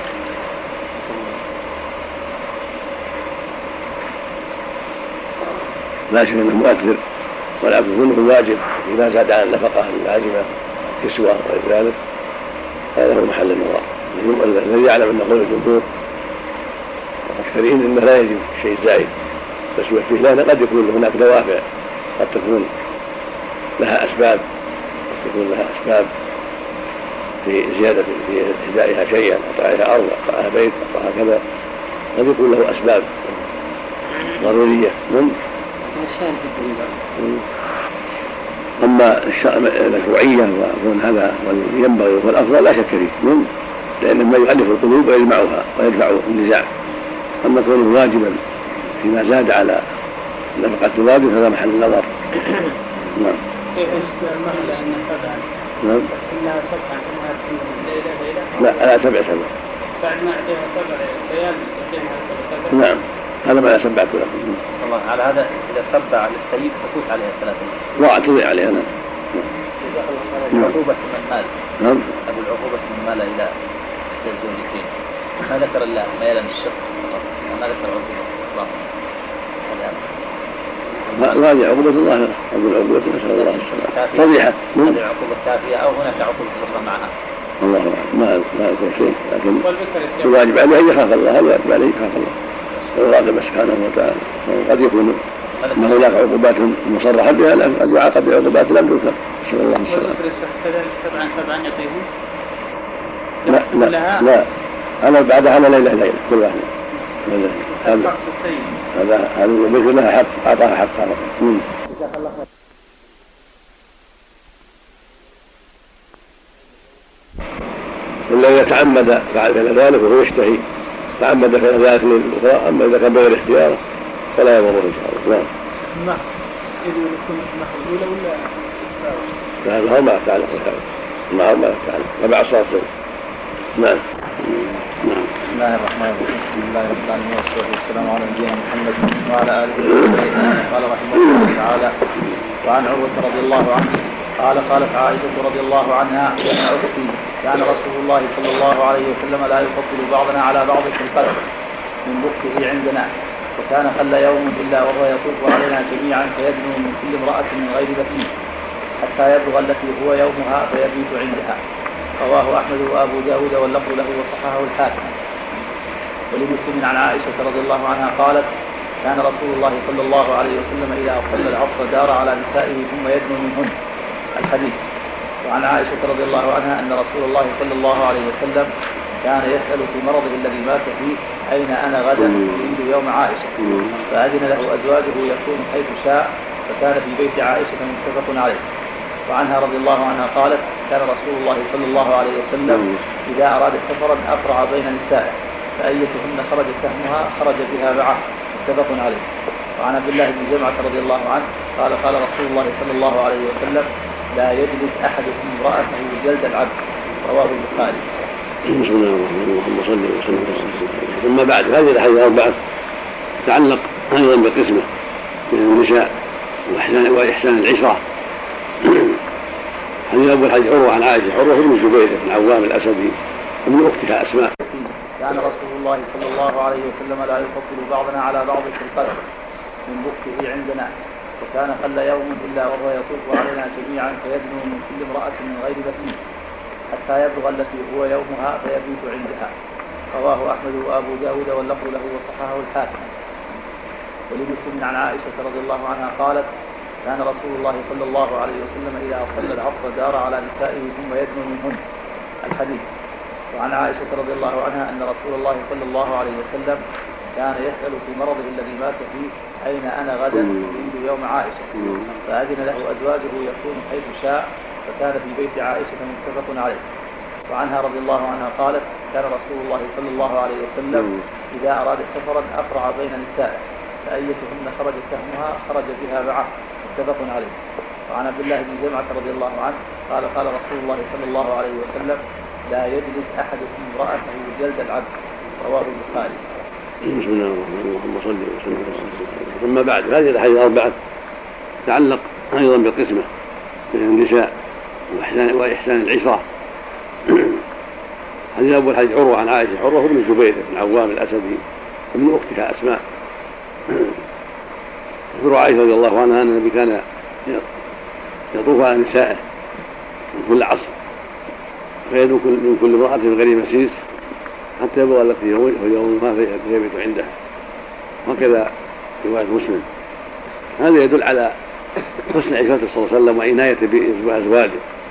لا شك انه مؤثر، والعبد منه واجب اذا زاد عن النفقه اللازمه كسوه وغير ذلك، هذا هو محل النظر. الذي يعلم ان قول الجمهور والاكثرين انه لا يجب شيء زائد تسويه فيه، لان قد يكون هناك دوافع، قد تكون لها اسباب، في زياده في اهدائها شيئا، اعطائها ارض، اعطائها بيت، اعطائها كذا، قد يكون له اسباب ضروريه. أما المشروعية وكون هذا ينبغي والأفضل لا شك فيه، لأن ما يؤلف القلوب ويجمعها ويدفع النزاع. أما كونه واجبا فيما زاد على نفقة الواجب هذا محل النظر. نعم. نعم. لا على 7 سنوات. بعد ما أعطيها 7 ليال أعطيها 7 نعم. هذا ما يسبع كله. الله على هذا إذا سبع على الثيب تفوت عليها 3 أيام. لا تضيع عليها. نعم. العقوبة من مال. نعم. أبو العقوبة من مال إلى الزوجتين. ما ذكر الله ميلا الشق، ما ذكر عقوبة الله. لا هذه عقوبة الله. أبو العقوبة نسأل الله السلامة. فضيحة. هذه العقوبة كافية أو هناك عقوبة أخرى معها؟ الله أعلم. ما يكون شيء، لكن الواجب عليه أن يخاف الله. الواجب عليه يخاف الله ويراقب سبحانه وتعالى. قد يكون أن هناك عقوبات مصرحة بها، لكن قد يعاقب بعقوبات لم تذكر. نسأل الله السلامة. كذلك 7 يعطيهم. لا أنا بعدها أنا ليلة كل واحد. هذا مثل لها حق، أعطاها حقها. إلا إذا تعمد فعل ذلك وهو يشتهي، تعمد فعل ذلك للأخرى. أما إذا كان بغير اختياره فلا يضره إن شاء الله. نعم. إذا يكون المحل الأولى ولا لا ما تعلق ما تعلق تبع صوت. نعم. بسم الله الرحمن الرحيم. بسم الله الرحمن الرحيم، والصلاة والسلام على نبينا محمد وعلى آله وصحبه. قال رحمه الله تعالى: وعن عروة رضي الله عنه قال: قالت عائشة رضي الله عنها: يا أختي، كان رسول الله صلى الله عليه وسلم لا يفضل بعضنا على بعض في القسم من بكه عندنا، وكان قل يوم إلا وهو يطوف علينا جميعا فيدنو من كل امرأة من غير بسيط حتى يبلغ التي هو يومها فيبيت عندها. رواه أحمد وأبو داود واللفظ له وصححه الحاكم. ولمسلم عن عائشة رضي الله عنها قالت: كان رسول الله صلى الله عليه وسلم إذا صلى العصر دار على نسائه ثم يدنو منهن. الحديث. وعن عائشة رضي الله عنها أن رسول الله صلى الله عليه وسلم كان يسأل في مرضه الذي مات فيه: أين أنا غدا؟ يريد يوم عائشة. فأذن له أزواجه يكون حيث شاء، فكان في بيت عائشة متفق عليه. وعنها رضي الله عنها قالت: كان رسول الله صلى الله عليه وسلم إذا أراد سفرا أقرع بين نسائه، فأيتهن خرج سهمها خرج بها معه، متفق عليه. وعن عبد الله بن جمعة رضي الله عنه قال: قال رسول الله صلى الله عليه وسلم: لا يجلد أحدكم امرأته جلد العبد. رواه البخاري. بسم الله الرحمن الرحيم. صلى الله عليه وسلم. ثم بعد هذه الأحاديث الأربعة تتعلق أيضا بالقسمة من النساء وإحسان العشرة. حديث أول حديث عروة عن عائشة. عروة بن الزبير بن عوام الأسدي ومن أختها أسماء. كان رسول الله صلى الله عليه وسلم لا يفضل بعضنا على بعض في القسم من بكه عندنا، وكان قل يوم إلا وهو يطوف علينا جميعا فيدنو من كل امرأة من غير بسيط حتى يبلغ التي هو يومها فيبيت عندها. رواه أحمد وأبو داود واللفظ له وصححه الحاكم. ولمسلم عن عائشة رضي الله عنها قالت: كان رسول الله صلى الله عليه وسلم إذا صلى العصر دار على نسائه ثم يدنو منهن. الحديث. وعن عائشة رضي الله عنها أن رسول الله صلى الله عليه وسلم كان يسأل في مرضه الذي مات فيه: أين أنا غدا؟ يريد يوم عائشة. فأذن له أزواجه يكون حيث شاء، فكان في بيت عائشة متفق عليه. وعنها رضي الله عنها قالت: كان رسول الله صلى الله عليه وسلم إذا أراد سفرا أقرع بين نسائه، فأيتهن خرج سهمها خرج بها معه، متفق عليه. وعن عبد الله بن جمعة رضي الله عنه قال: قال رسول الله صلى الله عليه وسلم: لا يجلد أحدكم امرأته جلد العبد. رواه البخاري. بسم الله الرحمن الرحيم. صلى الله عليه وسلم. ثم بعد هذه الأحاديث الأربعة تتعلق أيضا بالقسمة من النساء وإحسان العشرة. حديث أول حديث عروة عن عائشة. عروة بن الزبير بن عوام الأسدي ومن أختها أسماء. تذكر عائشة رضي الله عنها أن النبي كان يطوف على نسائه من كل عصر فيدنو من كل امرأة من غير مسيس حتى يبلغ التي هو يومها فيبيت عندها. وكذا رواية مسلم. هذا يدل على حسن عشرته صلى الله عليه وسلم وعناية بأزواجه،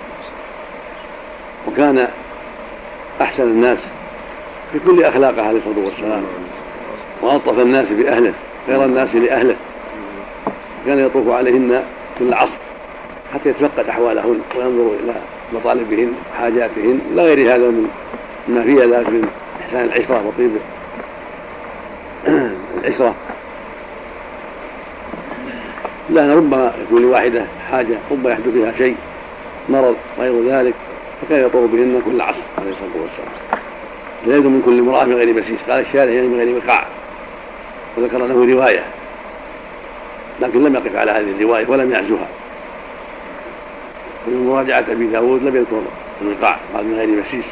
وكان أحسن الناس في كل أخلاقه عليه الصلاة والسلام، وألطف الناس بأهله خير الناس لأهله. كان يطوف عليهن كل عصر حتى يتفقد أحوالهن وينظر إلى مطالبهن وحاجاتهن إلى غير هذا من ما فيها ذلك من إحسان العشرة وطيب العشرة. لأن ربما يكون لواحدة حاجة، ربما يحدث بها شيء مرض غير ذلك، فكان يطوف بهن كل عصر عليه الصلاة والسلام. لا يدنو من كل امرأة من غير مسيس. قال الشارع يعني من غير وقاع، وذكر له رواية لكن لم يقف على هذه الرواية ولم يعزها. ومن مراجعة أبي داود لم يذكر الوقاع، قال من غير مسيس.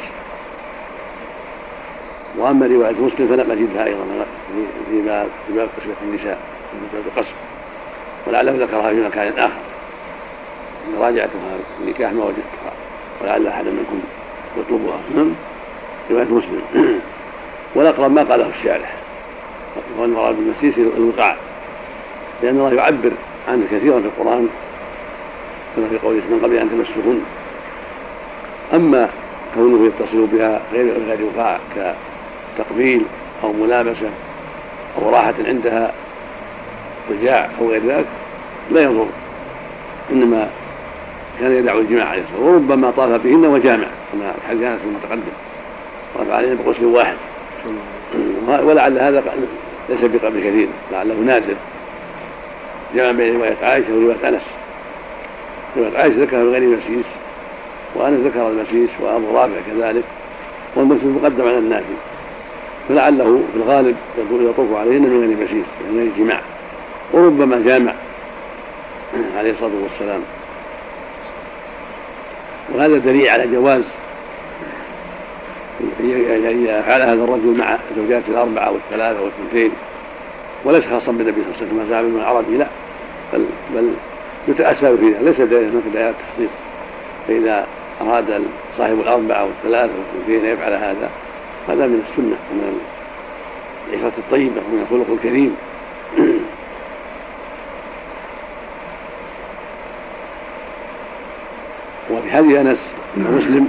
وأما رواية مسلم فلم أجدها أيضا في باب قسمة النساء في باب القسم، ولعله ذكرها في مكان آخر. راجعتها النكاح ما وجدتها، ولعل أحدا منكم يطلبها. رواية مسلم. والأقرب ما قاله الشارح، والمراد بالمسيس الوقاع، لأن الله يعبر عنه كثيرا في القرآن كما في قوله من قبل أن تمسهن. أما كونه يتصل بها غير وقاع كتقبيل أو ملامسة أو راحة عندها رجاع أو غير ذلك لا يضر، إنما كان يدعو الجماع عليه الصلاة والسلام، وربما طاف بهن وجامع كما الحديث أنس المتقدم طاف عليهن بغسل واحد. ولعل هذا ليس بقبل كثير، لعله نازل، جمع بين رواية عائشة ورواية أنس. رواية عائشة ذكر غير مسيس، وأنس ذكر المسيس، وأبو رافع كذلك، والمسلم مقدم على النافي، فلعله في الغالب يطوف عليهن من غير مسيس يعني غير جماع، وربما جامع عليه الصلاة والسلام. وهذا دليل على جواز يفعل هذا الرجل مع زوجاته الأربعة والثلاثة والثنتين وليس خاصا بالنبي صلى الله عليه وسلم كما زعم ابن العربي، لا، بل يتأسى فيها، ليس هناك داعي التخصيص. فإذا أراد صاحب الأربعة والثلاثة والثنتين يفعل هذا من السنة ومن العشرة الطيبة ومن الخلق الكريم. وفي حديث أنس بن مسلم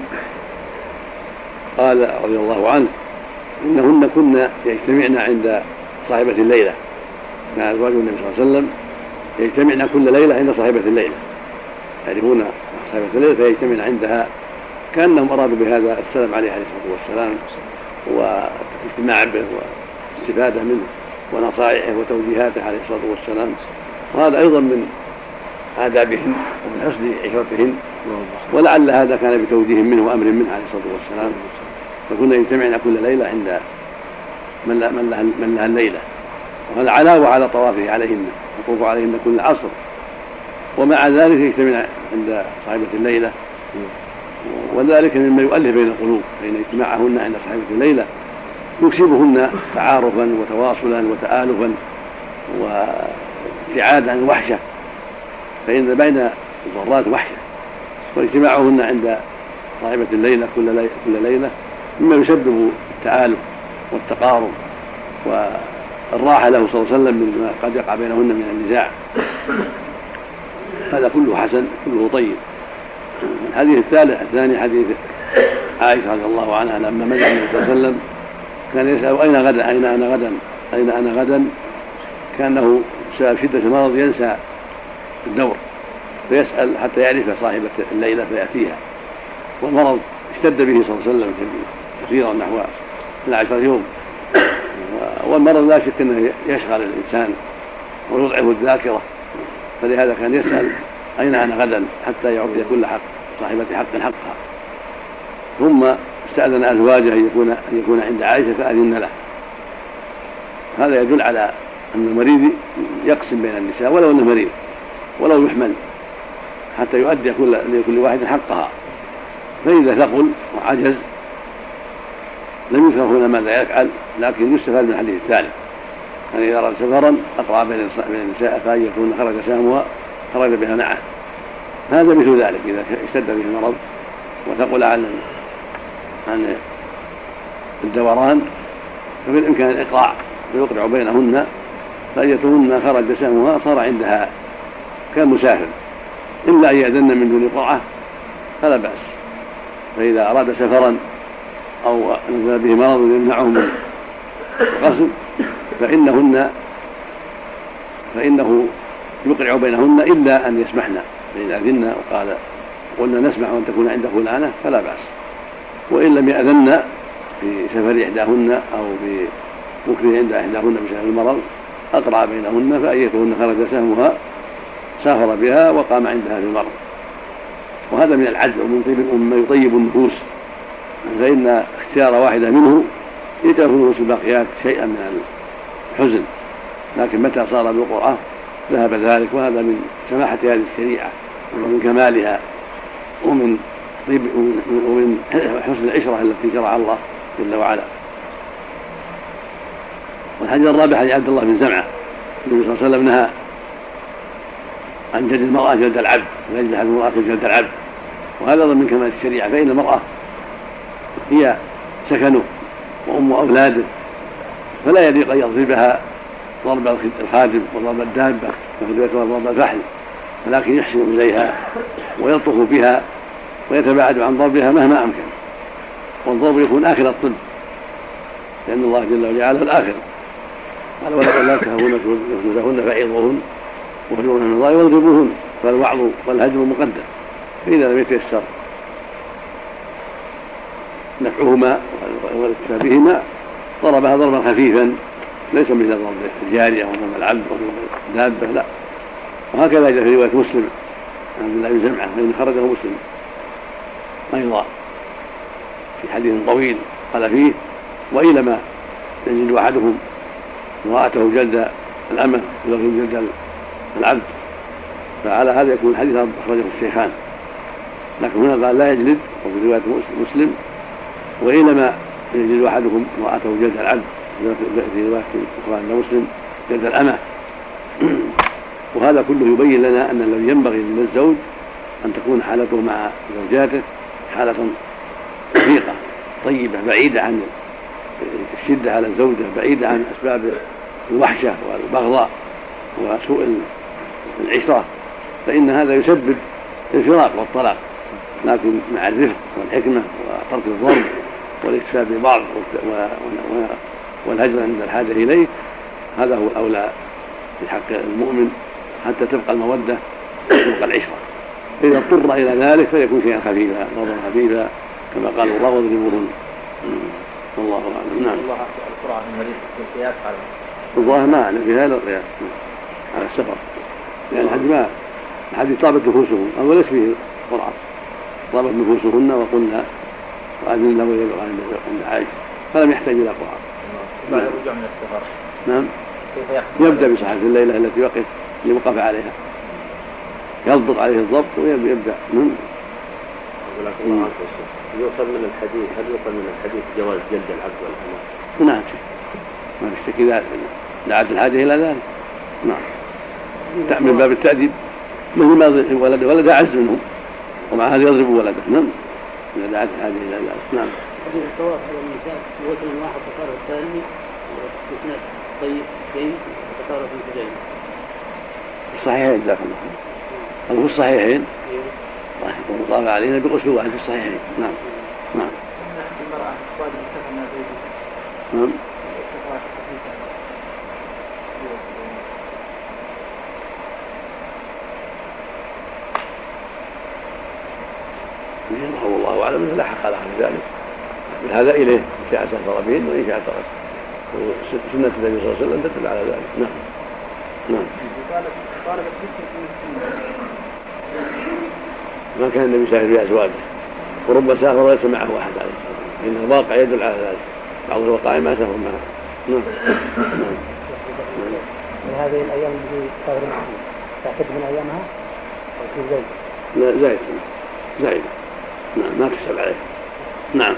قال رضي الله عنه إنهن كنا يجتمعن عند صاحبة الليلة، كان أزواج النبي صلى الله عليه وسلم يجتمعن كل ليلة عند صاحبة الليلة، يعرفون صاحبة الليلة فيجتمعن عندها، كأنهم أرادوا بهذا السلام عليه الصلاة والسلام والاجتماع به والاستفادة منه ونصائحه وتوجيهاته عليه الصلاة والسلام. وهذا أيضا من آدابهن ومن حسن عشرتهن، ولعل هذا كان بتوجيه منه وأمر منه عليه الصلاة والسلام. فكنا يجتمعن كل ليلة عند من لها الليلة، وهذا علاوة على طوافه عليهن، يطوف عليهن كل عصر، ومع ذلك يجتمع عند صاحبة الليلة، وذلك مما يؤلف بين القلوب، فإن اجتماعهن عند صاحبة الليلة يكسبهن تعارفا وتواصلا وتآلفا وابتعادا عن الوحشة، فإن بين الضرات وحشة، واجتماعهن عند صاحبة الليلة كل ليلة مما يسبب التآلف والتقارب والراحة له صلى الله عليه وسلم مما قد يقع بينهن من النزاع. هذا كله حسن كله طيب. الحديث الثاني حديث عائشة رضي الله عنها لما مدح النبي صلى الله عليه وسلم كان يسأل أين غدا أين أنا غدا، كأنه بسبب شدة المرض ينسى الدور فيسأل حتى يعرف صاحبة الليلة فيأتيها، والمرض اشتد به صلى الله عليه وسلم كثيرا نحو 12 يوم، والمرض لا شك أنه يشغل الإنسان ويضعف الذاكرة، فلهذا كان يسأل أين أنا غدا حتى يعطي كل حق صاحبة حق حقها. ثم استأذن أزواجه أن يكون عند عائشة فأذن له. هذا يدل على أن المريض يقسم بين النساء ولو أنه مريض ولو يحمل حتى يؤدي لكل واحد حقها، فإذا ثقل وعجز لم يذكر هنا ماذا يفعل، لكن يستفاد من الحديث الثالث أن إذا أراد سفرا أقرأ بين النساء فأن يكون خرج سهمها خرج بها معه. هذا مثل ذلك إذا اشتد به المرض وثقل عن الدوران فبالإمكان الإقراع ويقرع بينهن، فأيتهن خرج سهمها صار عندها كالمسافر، إلا أن يأذن من دون قرعة فلا بأس. فإذا أراد سفرا أو نزل به مرض يمنعه من القسم فإنه يقرع بينهن إلا أن يسمحن، فإن أذن وقال قلنا نسمح أن تكون عند فلانة فلا بأس، وإن لم يأذن في سفر إحداهن أو بمكره عند إحداهن بسبب المرض أقرع بينهن، فأيتهن خرج سهمها سافر بها وقام عندها في المرض. وهذا من العدل ومما يطيب النفوس، فإن اختيار واحدة منه يجعل في نفوس الباقيات شيئا من الحزن، لكن متى صار بالقرعة ذهب ذلك. وهذا من سماحة هذه الشريعة ومن كمالها ومن حسن العشرة التي شرع الله جل وعلا. والحديث الرابع حديث عبد الله بن زمعة النبي صلى الله عليه وسلم نهى عن جلد المرأة جلد العبد، لا يجلد المرأة جلد العبد، وهذا من كمال الشريعة، فإن المرأة هي سكنه وأم أولاده، فلا يليق أن يضربها ضرب الخادم وضرب الدابة وضرب الفحل، ولكن يحسن إليها ويلطف بها ويتباعد عن ضربها مهما أمكن، والضرب يكون آخر الطب، لأن الله جل وعلا الآخر قال ولا تهون نفوسهن فعظوهن واهجروهن من الله واضربوهن، فالوعظ والهجر مقدم، فإذا لم يتيسر نفعهما والاكتفاء بهما ضربها ضربا خفيفا ليس مثل ضرب الجارية وضرب العبد وضرب الدابة، لا. وهكذا جاء في رواية مسلم عن عبد الله بن زمعة فإن خرجه مسلم أيضا في حديث طويل قال فيه وإلما يجلد أحدهم امرأته جلد الأمة ويجلد جلد العبد، فعلى هذا يكون الحديث أخرجه الشيخان، لكن هنا قال لا يجلد، وفي رواية مسلم وإنما يجلد أحدكم امرأته جلد العبد، في رواية أخرى عند مسلم يد الأمة. وهذا كله يبين لنا أن الذي ينبغي للزوج أن تكون حالته مع زوجاته حالة رفيقة طيبة بعيدة عن الشدة على الزوجة، بعيدة عن أسباب الوحشة والبغضاء وسوء العشرة، فإن هذا يسبب الفراق والطلاق. لكن مع الرفق والحكمة وترك الضرب والاكتفاء ببعض والهجر عند الحاجة إليه، هذا هو الأولى في حق المؤمن حتى تبقى المودة وتبقى العشرة. إذا اضطر إلى ذلك فيكون شيئا خفيفا ضربا خفيفا كما قال الله واضربوهن. والله أعلم. نعم. الله القرآن المريض بالقياس على الظاهر ما أعلم في هذا القياس على السفر، لأن الحديث طابت نفوسهم، أو ليس فيه قرآن، طابت نفوسهن وقلنا وأذن له يدعو عند عائشة، فلم يحتاج إلى قرآن. بعد الرجوع من السفر نعم كيف يحصل؟ يبدأ بصحة الليلة التي وقف عليها، يضبط عليه الضبط ويبدأ. يوصل من الحديث، هل يوصل من الحديث جواز جلد العبد والأمة؟ نعم ما يشتكي إذا دعت الحاجة إلى ذلك. نعم من باب التأديب، مثل ما ولد أعز منهم ومع هذا يضرب ولده. نعم إذا دعت الحاجة إلى ذلك. نعم. الطواف على النساء وصل واحد تقرر الثاني واستثناء طيب جيد وتقرر في الجيد. الصحيحين جزاك الله خير. هل هو الصحيحين؟ ومطابع علينا بغسل واحد في الصحيحين. نعم. نعم. المرأة بعد السفر مع زوجها. نعم. السفر خفيفة. والله أعلم أنه لا حق له في ذلك، هذا إليه إن شاء سافر بهن وإن شاء ترك، سنة النبي صلى الله عليه وسلم تدل على ذلك. نعم. نعم. طالبت باسمك من السنة. ما كان النبي يسافر بأزواجه، ورب سافر وليس معه أحد عليه الصلاة والسلام، إن الواقع يدل على ذلك، بعض الوقائع ما سافر معه. نعم. من هذه الأيام التي تسافر معها تعتد من أيامها أو في زيد؟ لا زايد. نعم ما تحسب عليه. نعم.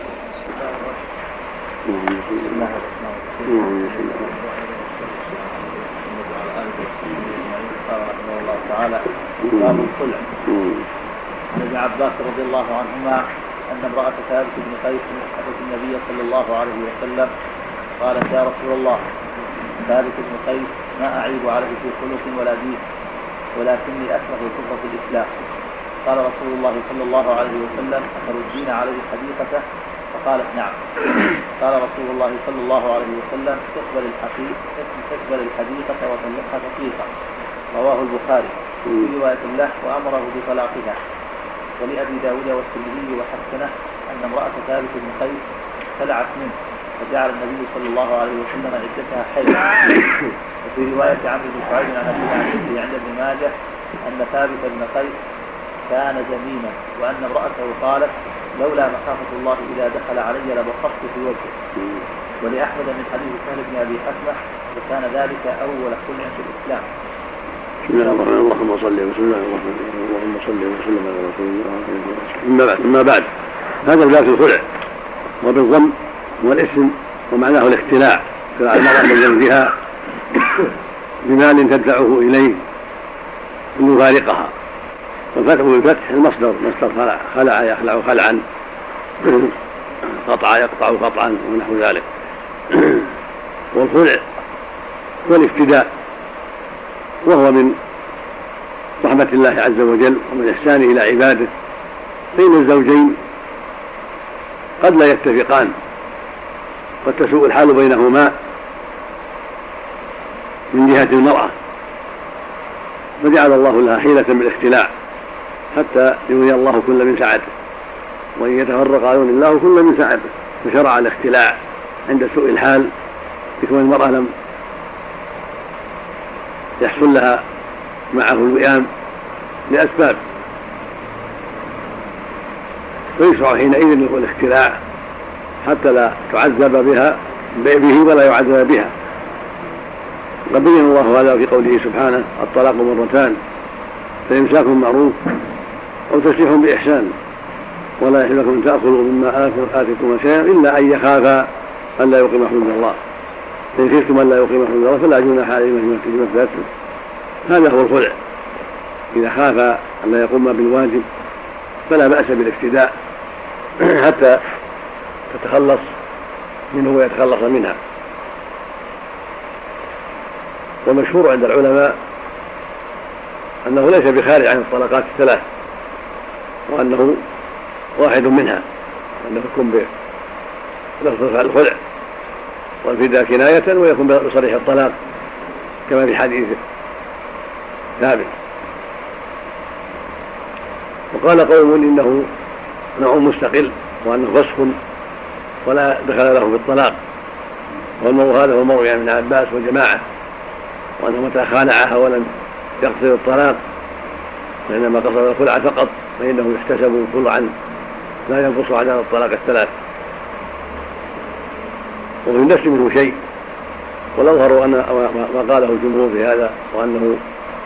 قال رحمه الله تعالى باب الخلع. عن ابن عباس رضي الله عنهما أن امرأة ثابت بن قيس أتت النبي صلى الله عليه وسلم قالت يا رسول الله ثابت بن قيس ما أعيب عليه في خلق ولا دين ولكني أكره الكفر في الإسلام. قال رسول الله صلى الله عليه وسلم أتردين عليه حديقته؟ فقالت نعم. قال رسول الله صلى الله عليه وسلم تقبل الحديقة وطلقها تطليقا. رواه البخاري في رواية له وأمره بطلاقها. ولأبي داود والترمذي وحسنه أن امرأة ثابت بن قيس خلعت منه فجعل النبي صلى الله عليه وسلم عدتها حيض. وفي رواية عمرو بن شعيب عن أبي عند ابن ماجه أن ثابت بن قيس كان زميما وأن امرأته قالت لولا مخافة الله إذا دخل علي لبصقت في وجهه. ولأحمد من حديث سهل بن أبي حكمة وكان ذلك أول خلع في الإسلام. اللهم صل وسلم على رسول الله. أما بعد هذا الباب في الخلع وبالضم والاسم ومعناه الاختلاع، اختلاع المرأة من زوجها بمال تدفعه إليه ليفارقها. والفتح بالفتح المصدر مصدر خلع يخلع خلعا، قطع يقطع قطعا ونحو ذلك. والخلع والافتداء وهو من رحمة الله عز وجل ومن إحسانه إلى عباده، بين الزوجين قد لا يتفقان، قد تسوء الحال بينهما من جهة المرأة، فجعل الله لها حيلة بالاختلاع حتى يغني الله كل من سعته، وإن يتفرق يغني الله كل من سعته، فشرع الاختلاع عند سوء الحال بكون المرأة لم يحصل لها معه الوئام لأسباب، فيشرع حينئذ الاختلاع حتى لا تعذب به ولا يعذب بها. قد بين الله هذا في قوله سبحانه الطلاق مرتان فإمساك معروف أو تسريح بإحسان ولا يحل لكم أن تأخذوا مما آتيتم شيئا إلا أن يخافا ألا يقيما حدود الله. فإن خفتم أن لا يقيم حدود فلا جناح عليهما فيما افتدتم. هذا هو الخلع. إذا خاف أن لا يقوم بالواجب فلا بأس بالافتداء حتى تتخلص منه ويتخلص منها. والمشهور عند العلماء أنه ليس بخارج عن الطلقات الثلاث، وأنه واحد منها، أنه يكون بلفظ الخلع والفداء كناية، ويكون بصريح الطلاق كما في حديث ثابت. وقال قوم إنه نوع مستقل وأنه فسخ ولا دخل له بالطلاق، والموضوع هذا هو المروي عن ابن عباس وجماعة، وأنه متى خالعها ولم يقصد الطلاق وإنما قصد الخلع فقط فإنه يحتسب خلعا لا ينقص عدد الطلاق الثلاث، وفي النفس منه شيء. والأظهر أن ما قاله الجمهور في هذا، وأنه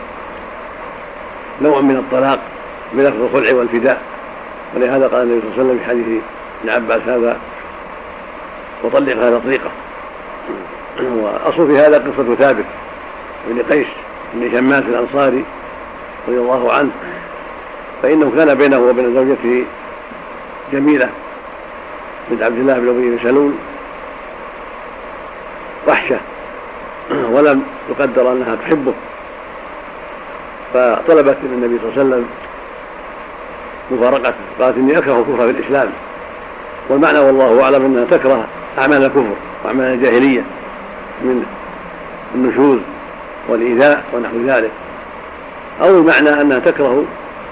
نوع من الطلاق بلفظ الخلع والفداء. ولهذا قال النبي صلى الله عليه وسلم في حديث ابن عباس هذا: وطلقها تطليقه. وأصل في هذا قصة ثابت بن قيس بن شماس الأنصاري رضي الله عنه، فإنه كان بينه وبين زوجته جميلة بنت عبد الله بن أبي بن سلول وحشة، ولم تقدر أنها تحبه، فطلبت من النبي صلى الله عليه وسلم مفارقته، قالت: إني أكره الكفر في الإسلام. والمعنى والله أعلم أنها تكره أعمال الكفر وأعمال الجاهلية من النشوز والإيذاء ونحو ذلك، أو المعنى أنها تكره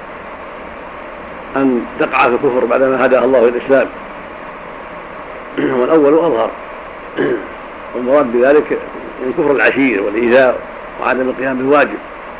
أن تقع في الكفر بعدما هداها الله الإسلام، والأول أظهر. والمراد بذلك الكفر العشير والإيذاء وعدم القيام بالواجب.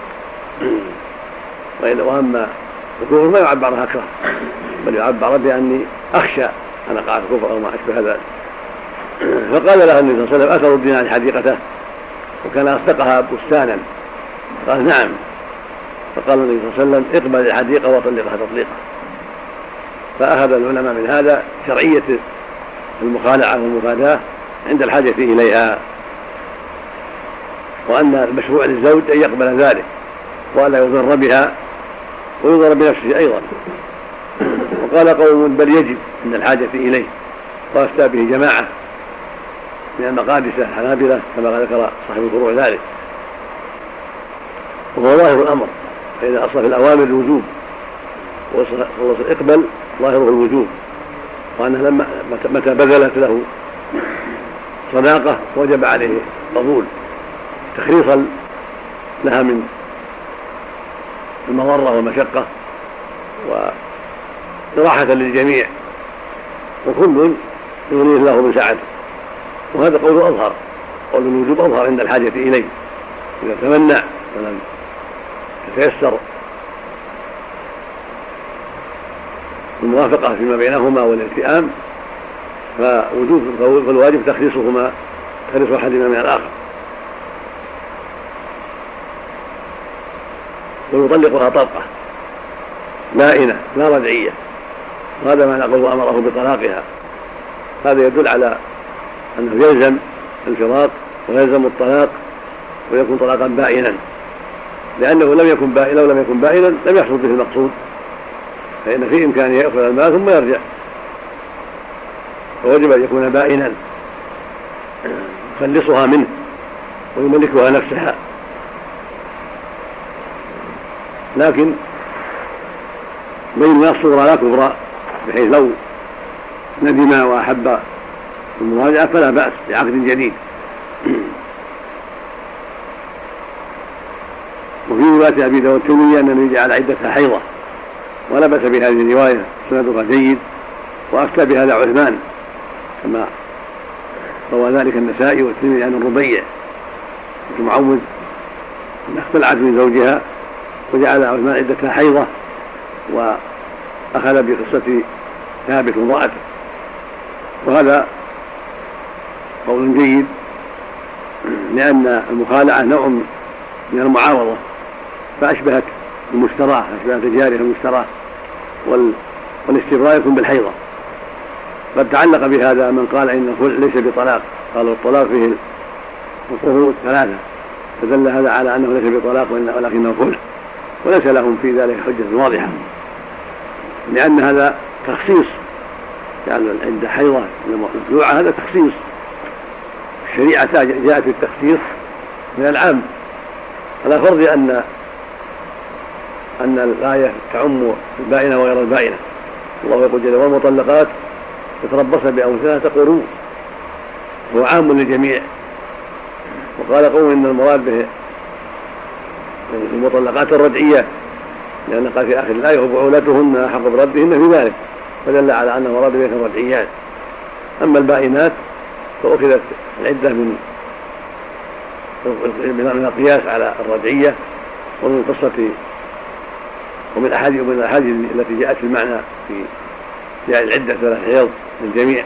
وأما الكفر ما يعبر عنها أكره، بل يعبر بأني أخشى أن أقع في الكفر أو ما أشبه ذلك. فقال لها النبي صلى الله عليه وسلم: أتردين عن حديقته؟ وكان أصدقها بستانا. قال: نعم. فقال النبي صلى الله عليه وسلم: اقبل الحديقة وطلقها تطليقا. فأخذ العلماء من هذا شرعية المخالعة والمفاداة عند الحاجة إليها، وأن المشروع للزوج أن يقبل ذلك ولا يضر بها ويضر بنفسه أيضا. وقال قوم: بل يجب عند الحاجة إليه، وافتى به جماعة من المقادسة الحنابلة كما ذكر صاحب الفروع ذلك. وهو ظاهر الأمر، فإذا أصل في الأوامر الوجوب والإقبال ظاهره الوجوب، وأنه متى بذلت له صداقة وجب عليه قبول تخليصا لها من المضرة والمشقة وراحة للجميع، وكل يغنيه الله من سعته. وهذا قول أظهر، قول الوجوب أظهر عند الحاجة إليه. إذا تمنع ولم تتيسر الموافقة فيما بينهما والالتئام فالواجب تخليص أحدهما من الآخر. ويطلقها طلقة بائنة لا رجعية، وهذا ما نقول أمره بطلاقها. هذا يدل على أنه يلزم الفراق ويلزم الطلاق ويكون طلاقا بائنا، لأنه لو لم يكن بائنا لم يحصل به المقصود، فإن في إمكانه يأخذ المال ثم يرجع، فوجب أن يكون بائنا يخلصها منه ويملكها نفسها. لكن بين الصغرى لا كبرى، بحيث لو ندم وأحب المراجعة فلا بأس بعقد جديد. وفي رواية أبي داود الترمذي أن النبي جعل عدتها حيضة، ولا بأس بهذه الرواية، سندها جيد، وأفتى بهذا عثمان كما روى ذلك النسائي والترمذي عن الربيع بنت معوذ أن اختلعت من زوجها وجعل عثمان عدتها حيضة، وأخذ بقصة ثابت امرأته، وهذا قول جيد، لأن المخالعة نوع من المعاوضة، فأشبهت المشتراه، أشبهت الجارية المشتراه، والاستبراء يكون بالحيضة. قد تعلق بهذا من قال إن الخلع ليس بطلاق، قالوا الطلاق فيه القروء 3 فدل هذا على أنه ليس بطلاق ولكنه خلع، وليس لهم في ذلك حجة واضحة، لأن هذا تخصيص، يعني عند حيضة مخلوعة هذا تخصيص. الشريعة جاءت بالتخصيص من العام، على فرض أن الآية تعم البائنة وغير البائنة. الله يقول جل: والمطلقات يتربصن بأنفسهن 3 قروء، هو عام للجميع. وقال قوم إن المراد به المطلقات الردعية، لأن قال في آخر الآية: وبعولتهن أحق بردهن في ذلك، فدل على أن المراد به الردعيات. أما البائنات فأخذت العدة من القياس على الردعية، ومن قصة ومن الأحاديث التي جاءت في المعنى في جاء العدة 3 حيض للجميع.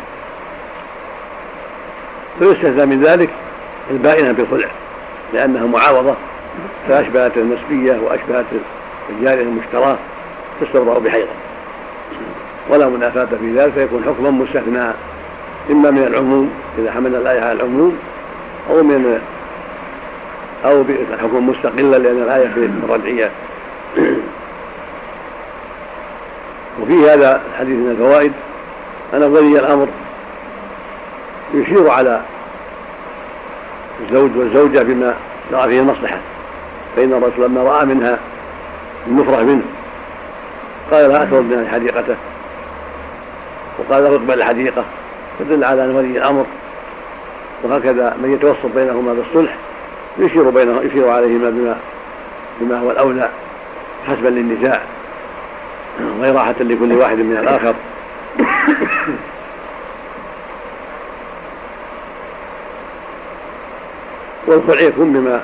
فيستثنى من ذلك البائنة بالخلع، لأنها معاوضة، فأشبهت النسبية وأشبهت الجارية المشتراه، تستبرأ بحيضة ولا منافاة في ذلك، فيكون حكما مستثنى إما من العموم إذا حملنا الآية على العموم، أو حكم مستقلا لأن الآية في الردعية. وفي هذا الحديث من الفوائد أن ولي الأمر يشير على الزوج والزوجة بما يرى فيه المصلحة، فإن الرسول لما رأى منها النفرة منه قال: لا أترد منها حديقته، وقال له: اقبل الحديقة، فدل على أن ولي الأمر وهكذا من يتوسط بينهما بالصلح يشير عليهما بما هو الأولى حسبا للنزاع وإراحة لكل واحد من الآخر. والخلع يكون بما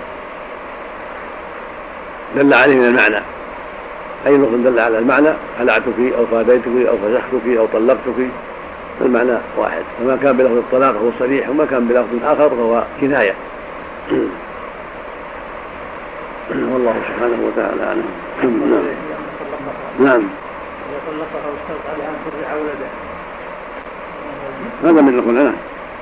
دل عليه من المعنى، أي لفظ دل على المعنى: خلعتك أو فاديتك أو فسختك أو طلقتك، المعنى واحد. وما كان بلفظ الطلاق هو صريح، وما كان بلفظ آخر فهو كناية. والله سبحانه وتعالى أعلم. نعم. هذا من الخلع.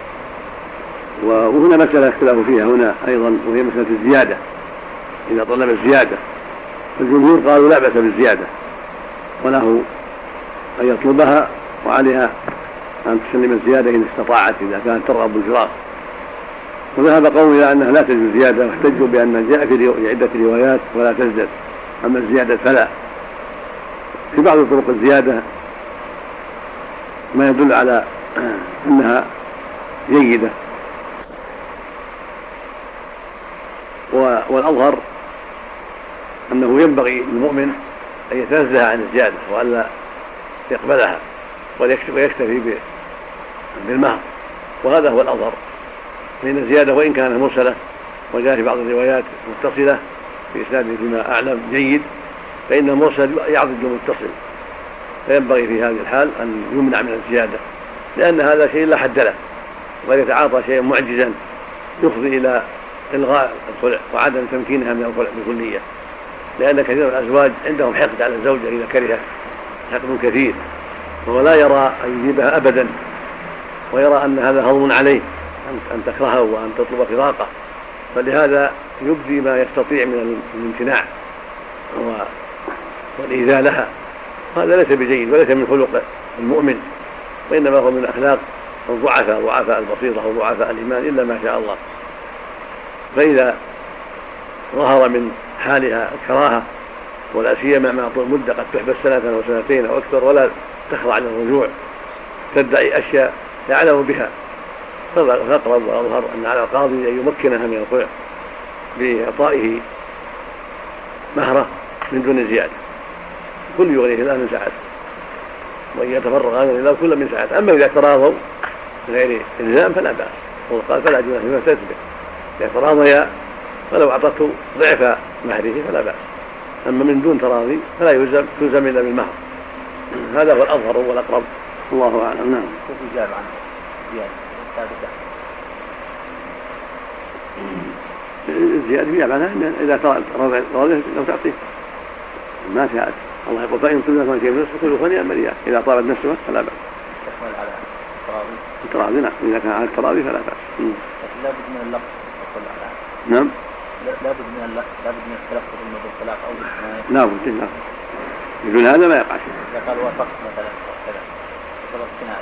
وهنا مسألة اختلاف فيها هنا أيضا، وهي مسألة الزيادة. إذا طلب الزيادة الجمهور قالوا لا بأس بالزيادة، وله أن يطلبها، وعليها أن تسلم الزيادة إن استطاعت إذا كانت ترغب بالفراق. وذهب قوم إلى أنها لا تجوز زيادة، واحتجوا بأن جاء في عدة روايات ولا تزدد، أما الزيادة فلا. في بعض طرق الزيادة ما يدل على أنها جيدة، والأظهر أنه ينبغي للمؤمن أن يتنزه عن الزيادة وألا يقبلها ويكتفي بالمهر، وهذا هو الأظهر. فإن الزيادة وإن كانت مرسلة وجاء في بعض الروايات متصلة في إسناده فيما أعلم جيد، فإن المرسل يعضد المتصل، فينبغي في هذه الحال أن يمنع من الزيادة، لأن هذا شيء لا حد له، وأن يتعاطى شيئا معجزا يفضي إلى إلغاء الخلع وعدم تمكينها من الخلع بكلية، لأن كثير من الأزواج عندهم حقد على الزوجة إذا كرهت، حقد كثير، وهو لا يرى أن يجيبها أبدا، ويرى أن هذا هضم عليه أن تكرهه وأن تطلب فراقه، فلهذا يبدي ما يستطيع من الامتناع والإيذاء لها. هذا ليس بجيد وليس من خلق المؤمن، وإنما هو من أخلاق ضعفاء البصيرة وضعفاء الإيمان إلا ما شاء الله. فإذا ظهر من حالها الكراهة، ولا سيما مع طول مدة قد تحبس 1 أو 2 أو أكثر ولا تخضع للرجوع، تدعي أشياء يعلم بها، فالأقرب وأظهر أن على القاضي أن يمكنها من الخلع بإعطائه مهره من دون زيادة، كل يغنيه الله من سعته، وإن يتفرغ هذا لله كل من سعته. أما إذا تراضوا من غير إلزام فلا بأس، وقال فلا جناح فيما تسبق، إذا تراضيا فلو أعطته ضعف مهره فلا بأس، أما من دون تراضي فلا يلزم إلا بالمهر. هذا هو الأظهر والأقرب، الله أعلم. نعم. الزيادة فيها معناها إذا تراضي لو تعطيه ما ساءت. الله يقول: فإن طلبت من شيء من نفسه كله فنيا مريا، إذا طالت نفسه فلا بأس. تحمل على التراضي. التراضي نعم، إذا كان على التراضي فلا بأس. لا بد من اللفظ نعم. لابد من التلفظ بالطلاق أو بالكناية. لابد بدون هذا ما يقع شيء. إذا قال وافقت مثلا كذا فقط كناية.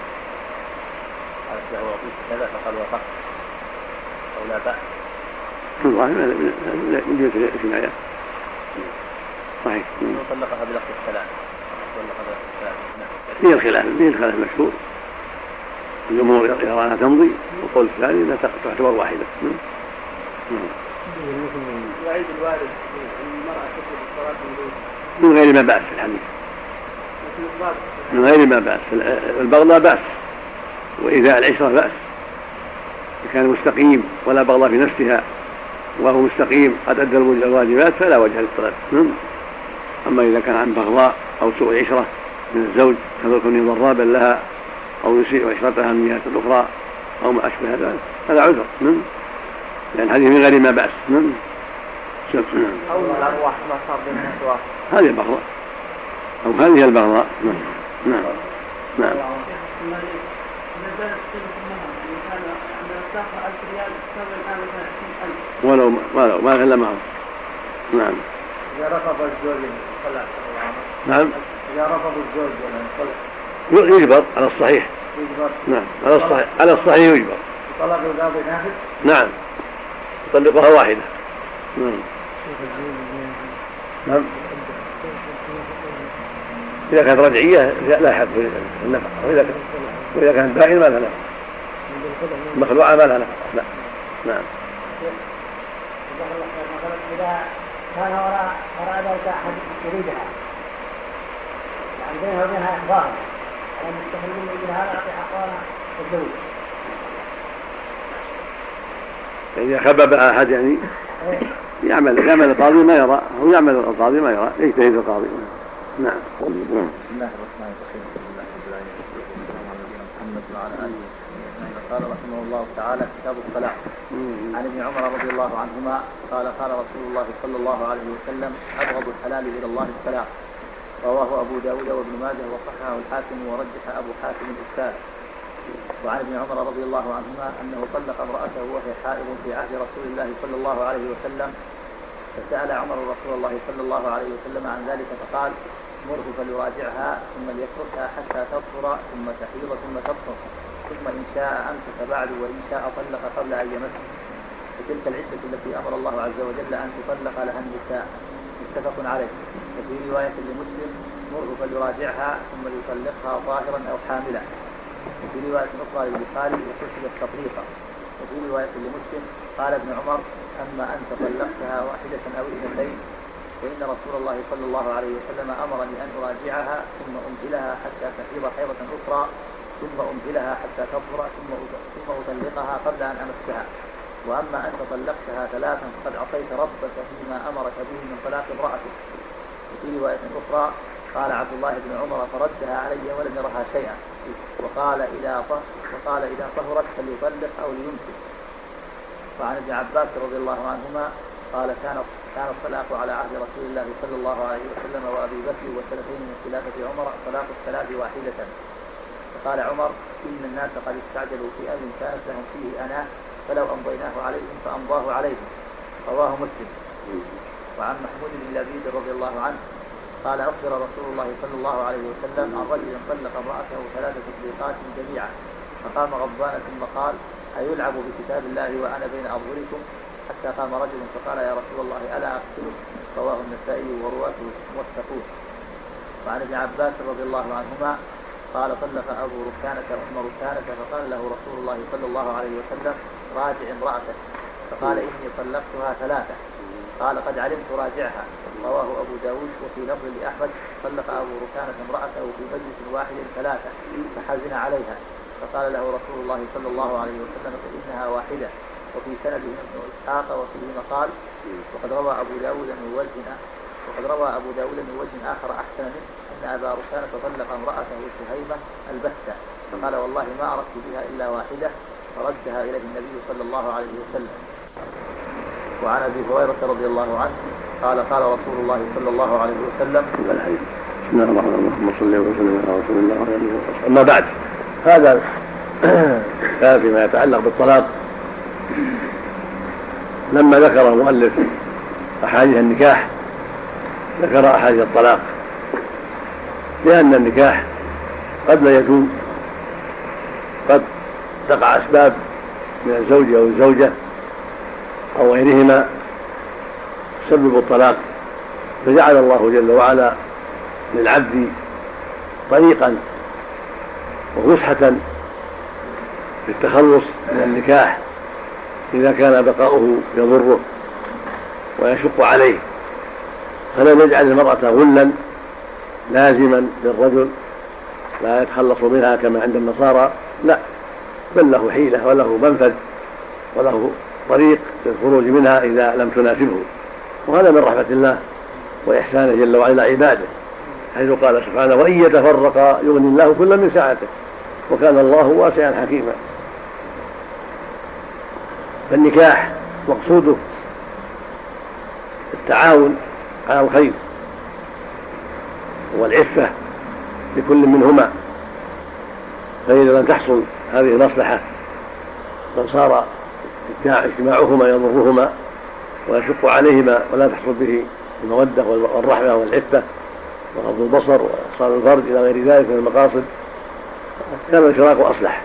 قال له وافقت كذا فقال وافقت أو لا بأس. والله من جهة الكناية. صحيح. طلقها بلفظ السلام. فيه الخلاف المشهور. الجمهور يرى أنها تمضي والقول الثاني لا تعتبر واحدة. يعيد الوالد المرأة تطلب الصلاة من غير ما بأس في الحديث. من غير ما بأس. البغضاء بأس وإذا العشرة بأس. إذا كان مستقيم ولا بغضاء في نفسها وهو مستقيم قد أدى الواجبات فلا وجه للطلب. أما إذا كان عن بغضاء أو سوء عشرة من الزوج كونه ضرابا لها أو يسيء عشرتها من جهة الأخرى أو ما أشبه ذلك هذا عذر. لأن هذه من غير ما بأس. أو الأرواح ما صار بينها سواء. هذه البغضاء أو هذه البغضاء. نعم. ولو ما كلمه. نعم. إذا رفض الزوج الطلاق. نعم. إذا رفض الزوج الطلاق. يجبر على الصحيح. نعم على الصحيح يجبر. طلب القاضي نافذ. نعم. يطلقها واحدة. نعم. إذا كانت رجعية لا يحب النفقة وإذا كانت بائنة ما لها نفقة. مخلوعة ما لها نفقة. لا. نعم. إذا كان وراء ذلك أحد يريدها يعني بينها وبينها إخبار على مستحيل يريدها لا يعطي حقها الزوج. إذا خبب أحد يعني يعمل القاضي ما يرى هو يعمل القاضي ما يرى يجتهد القاضي. نعم. بسم الله الرحمن الرحيم. الحمد لله رب العالمين محمد وعلى آله وصحبه. قال رحمه الله تعالى كتاب الطلاق. عن ابن عمر رضي الله عنهما قال قال رسول الله صلى الله عليه وسلم أبغض الحلال إلى الله الطلاق. رواه أبو داود وابن ماجه وصححه الحاكم ورجح أبو حاتم الإشكال. وعن ابن عمر رضي الله عنهما أنه طلق امرأته وهي حائض في عهد رسول الله صلى الله عليه وسلم فسأل عمر رسول الله صلى الله عليه وسلم عن ذلك فقال مره فليراجعها ثم ليتركها حتى تطهر ثم تحيض ثم تطهر ثم إن شاء أمسك بعد وإن شاء طلق قبل أن يمسك. وتلك العدة التي أمر الله عز وجل أن تطلق لها النساء متفق عليه. وفي رواية لمسلم مره فليراجعها ثم ليطلقها طاهرا أو حاملا. وفي رواية أخرى للبخاري وحسبت تطليقا. وفي رواية لمسلم قال ابن عمر أما أنت طلقتها واحدة أو اثنتين فإن رسول الله صلى الله عليه وسلم أمرني أن أراجعها ثم أمهلها حتى تحيض حيضة أخرى ثم أمهلها حتى تطهر ثم أطلقها قبل أن أمسها. وأما أنت طلقتها ثلاثا فقد عصيت ربك فيما أمرك به من طلاق امرأتك. وفي رواية أخرى قال عبد الله بن عمر فردها علي ولم يرها شيئا وقال إذا طهرت فليطلق أو ليمسك. وعن ابن عباس رضي الله عنهما قال كان الطلاق على عهد رسول الله صلى الله عليه وسلم وأبي بكر وسنتين من خلافة عمر طلاق الثلاث واحدة. فقال عمر إن الناس قد استعجلوا في أمر كانت لهم فيه أنا فلو أمضيناه عليهم فأمضاه عليهم. رواه مسلم. وعن محمود بن لبيد رضي الله عنه قال أخبر رسول الله صلى الله عليه وسلم عن رجل طلق امرأته 3 تطليقات جميعا فقام غضبان ثم قال أيلعب بكتاب الله وأنا بين أظهركم حتى قام رجل فقال يا رسول الله ألا أقتله. رواه النسائي ورواته موثقون. وعن ابن عباس رضي الله عنهما قال طلق أبو ركانة أم ركانة فقال له رسول الله صلى الله عليه وسلم راجع امرأتك فقال إني طلقتها 3 قال قد علمت راجعها. رواه أبو داود. وفي لفظ لأحمد طلق أبو ركانة امرأته في مجلس واحد 3 فحزن عليها فقال له رسول الله صلى الله عليه وسلم فإنها واحدة. وفي سنده ابن إسحاق وفيه مقال وقد روى أبو داود من وجه آخر أحسن منه أن أبا ركانة طلق امرأته سهيمة البتة فقال والله ما أردت بها إلا واحدة فردها إليه النبي صلى الله عليه وسلم. وعن أبي هريرة رضي الله عنه قال رسول الله صلى الله عليه وسلم بسم الله الرحمن الرحيم اللهم صل وسلم على رسول الله وعلى اله وصحبه. أما بعد هذا فيما يتعلق بالطلاق لما ذكر المؤلف أحاديث النكاح ذكر أحاديث الطلاق، لأن النكاح قد لا يجوز، قد تقع أسباب من الزوج أو الزوجة أو غيرهما تسبب الطلاق، فجعل الله جل وعلا للعبد طريقا وفسحة في التخلص من النكاح إذا كان بقاؤه يضره ويشق عليه، فلم يجعل المرأة غلا لازما للرجل لا يتخلص منها كما عند النصارى، لا، بل له حيلة وله منفذ وله طريق للخروج منها إذا لم تناسبه. وهذا من رحمة الله وإحسانه جل وعلا عباده، حيث قال سبحانه: وإن يتفرقا يغني الله كلا من سعته وكان الله واسعا حكيما. فالنكاح مقصوده التعاون على الخير والعفة لكل منهما، فإذا لم تحصل هذه المصلحة بل صار اجتماعهما يضرهما ويشق عليهما ولا تحصل به المودة والرحمة والعفة وغض البصر وإحصان الفرج إلى غير ذلك من المقاصد، كان الفراق أصلح.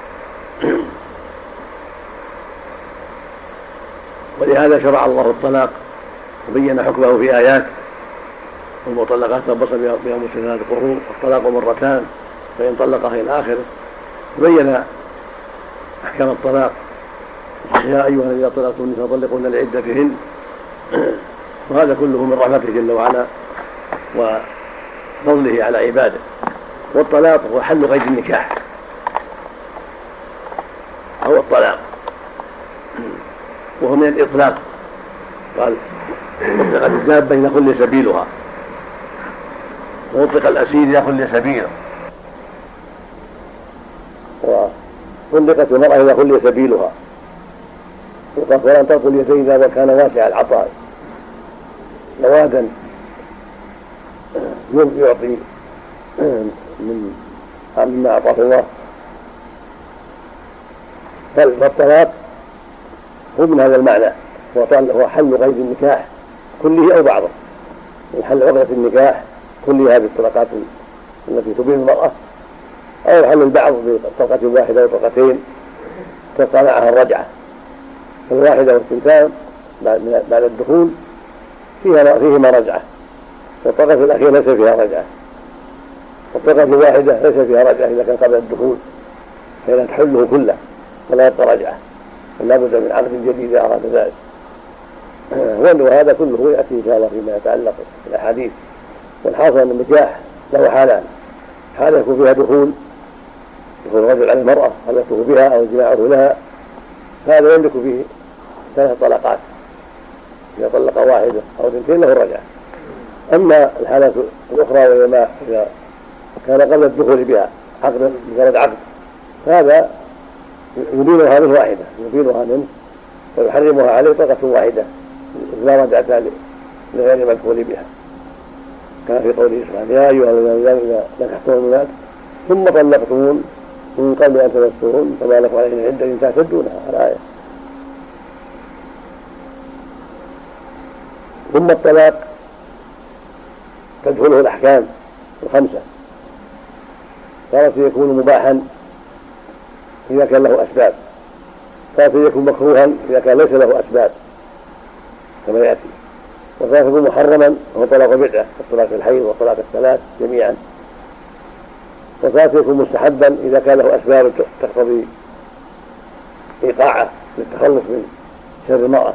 ولهذا شرع الله الطلاق وبين حكمه في آيات: والمطلقات تربصن بأنفسهن ثلاث قروء والطلاق مرتان فإن طلقها إلى آخره، بين أحكام الطلاق: يا أيها الذين طلقتم النساء فطلقوهن لعدتهن. وهذا كله من رحمته جل وعلا وفضله على عباده. والطلاق هو حل قيد النكاح، هو الطلاق، وهو من الإطلاق. قال: أطلق الدابة إذا خلي سبيلها، وأطلق الأسير إذا خلي سبيله، وطلقت المرأة إذا خلي سبيلها. وقال: فلن تلقوا اليدين إذا كان واسع العطاء، جوادا يعطي مما أعطاه الله. فالطلاق هو من هذا المعنى، هو حل قيد النكاح كله أو بعضه، حل عقدة النكاح كلها بالطلقات التي تبين المرأة، أو حل البعض بطلقة واحدة وطلقتين تبقى معها الرجعة، فالواحدة والثنتان بعد الدخول فيهما رجعة، والطلقة الأخيرة ليس فيها رجعة، والطلقة الواحدة ليس فيها رجعة إذا كان قبل الدخول، فإذا تحله كله ولا يبقى رجعة، فلا بد من عقد جديد إذا أراد ذلك. وهذا كله يأتي إن شاء الله فيما يتعلق بالأحاديث. والحاصل أن النكاح له حالان: حالة يكون فيها دخول الرجل على المرأة خلته بها أو جماعه لها، هذا يملك فيه 3 طلقات، إذا طلق واحدة أو 2 له الرجعة. أما الحالة الأخرى وهي ما إذا كان قبل الدخول بها عقد مجرد عقد، هذا يبينها منه واحدة، يبينها منه ويحرمها عليه طلقة واحدة لا رجعة لغير مدخول بها، كما في قوله سبحانه: يا أيها الذين آمنوا إذا نكحتم المؤمنات ثم طلقتموهن من قبل أن تمسوهن فما لكم عليهن عدة تعتدونها، الآية. ثم الطلاق تدخله الأحكام 5: ثالث يكون مباحا إذا كان له أسباب، ثالث يكون مكروها إذا كان ليس له أسباب كما يأتي، وثالث يكون محرما وهو طلاق بدعة كالطلاق الحيض وطلاق الثلاث جميعا، وثالث يكون مستحبا إذا كان له أسباب تقتضي إيقاعه للتخلص من شر المرأة،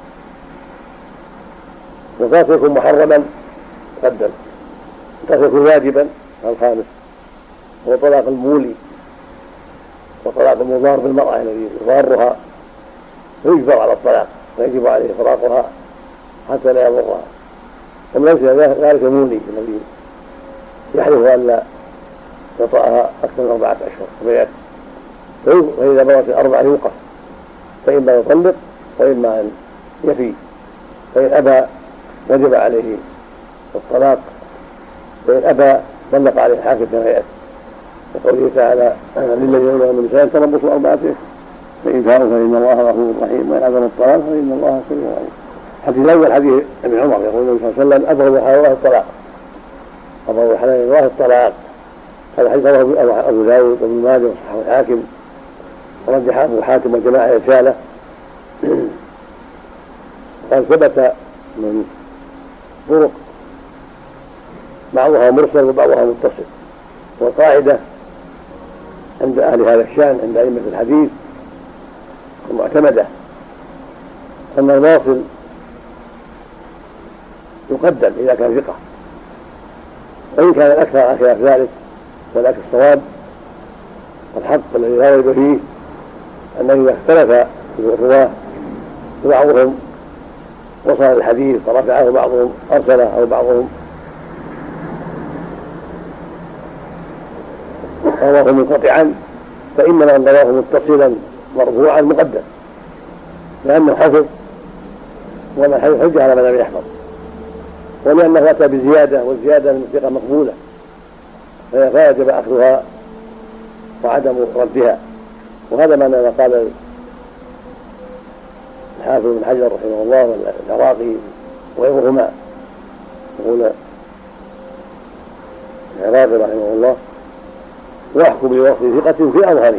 وثالث يكون محرما قدم، وثالث يكون واجبا. الخامس هو طلاق المولي وطلاق المضار بالمرأة الذي يضارها ويجبر على الطلاق ويجب عليه فراقها حتى لا يضرها، وليس ذلك مولي الذي يحلف أن لا يطأها أكثر من 4 أشهر كما يأتي، فإذا بلغت 4 يوقف، فإما يطلق وإما أن يفي، فإن أبى وجب عليه الطلاق، فإن أبى طلق عليه الحاكم كما يأتي، وقوله تعالى: للذين يؤمنون بالنساء تربصوا 4 فإن فاءوا فإن الله غفور رحيم، وإن عزموا الطلاق فإن الله سميع عليم. الحديث الأول حديث ابن عمر يقول النبي صلى الله عليه وسلم أبغض حلال الله الطلاق، أبغض حلال الله الطلاق. هذا حديث رواه أبو داود وابن ماجه وصححه الحاكم ورجح أبو حاتم وجماعة رسالة. قال ثبت من طرق بعضها مرسل وبعضها متصل، والقاعدة عند أهل هذا الشأن عند أئمة الحديث المعتمدة أن الواصل يقدم إذا كان ثقة، وإن كان الأكثر على خلاف ذلك ولكن الصواب والحق الذي لا ريب فيه أنه إذا اختلف الرواة وبعضهم وصل الحديث فرفعه بعضهم أرسله أو بعضهم رواه منقطعا، فإنما من رواه متصلا مرفوعا مقدم، لأنه حفظ ومن حفظ حجة على من لم يحفظ، ولأنه أتى بزيادة والزيادة من الثقة مقبولة فيجب أخذها وعدم ردها. وهذا معنى ما قال الحافظ بن حجر رحمه الله والعراقي وغيرهما، يقول العراقي رحمه الله واحكم بوصف ثقة في أظهري.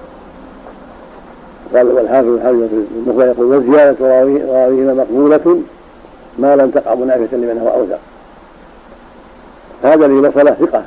قال والحافظ بن حجر في المخبر يقول والزيادة راويهما مقبولة ما لم تقع منافسة لمن هو أوثق. هذا الذي وصل ثقة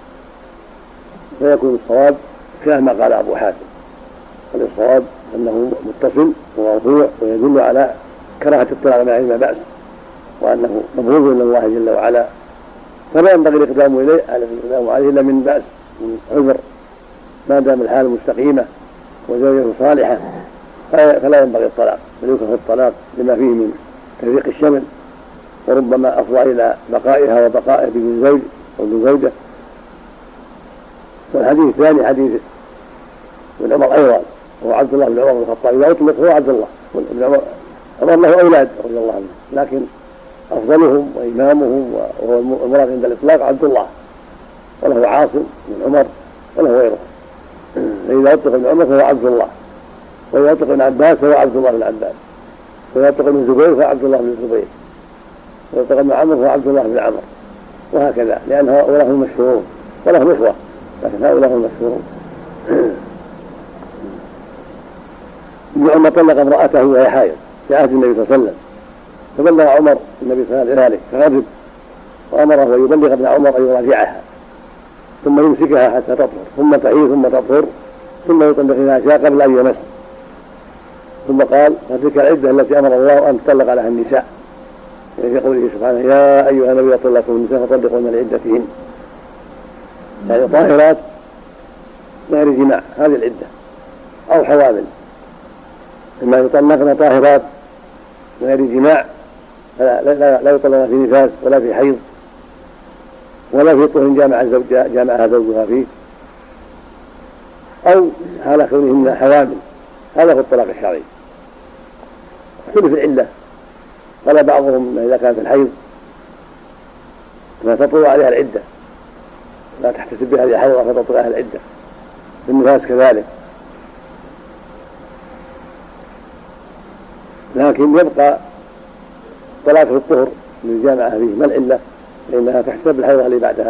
فيكون الصواب كما قال أبو حاتم، الصواب أنه متصل ومرفوع ويدل على كراهة الاطلاع من علم بأس، وأنه مبغوض من الله جل وعلا، فلا ينبغي الإقدام إليه عليه إلا من بأس من عذر، ما دام الحال مستقيمة وزوجته صالحة فلا ينبغي الطلاق، بل يكره الطلاق لما فيه من تفريق الشمل، وربما أفضى إلى بقائها وبقائه بدون زوج أو بدون زوجة. والحديث الثاني حديث ابن عمر أيضا، وهو عبد الله بن عمر بن الخطاب، إذا أطلق هو عبد الله بن عمر له أولاد رضي الله عنه، لكن أفضلهم وإمامهم وهو المراد عند الإطلاق عبد الله، وله عاصم بن عمر وله غيره. فإذا أطلق ابن عمر فهو عبد الله، وإذا أطلق ابن عباس فهو عبد الله بن عباس، وإذا أطلق ابن زبير فهو عبد الله بن زبير، وإذا أطلق ابن عمر فهو عبد الله بن عمر، وهكذا، لأن هؤلاء هم مشهورون ولهم إخوة، لكن هؤلاء هم مشهورون. ابن عمر طلق امرأته وهي حائض في عهد النبي صلى الله عليه وسلم، فبلغ عمر النبي صلى الله عليه وسلم فغضب وأمره أن يبلغ ابن عمر أن يراجعها ثم يمسكها حتى تطهر ثم تحيض ثم تطهر ثم يطلق إذا قبل أن يمس، ثم قال فتلك العدة التي أمر الله أن تطلق عليها النساء، يعني في قوله سبحانه يا أيها النبي طلقوا النساء فطلقوهن لعدتهن، يعني طاهرات غير جماع، هذه العدة، أو حوامل، إما يطلقن طاهرات غير جماع لا يطلقن في نفاس ولا في حيض ولا في طهر جامعها زوجها فيه، أو حال كونهن حوامل، هذا هو الطلاق الشرعي. اختلف العلة، قال بعضهم إذا كانت الحيض فتطول عليها العدة لا تحتسب بها الحيض فتطول عليها العدة، في النفاس كذلك، لكن يبقى طلاق في الطهر للجامعة فيه ما العلة؟ لأنها تحتسب الحيض اللي بعدها،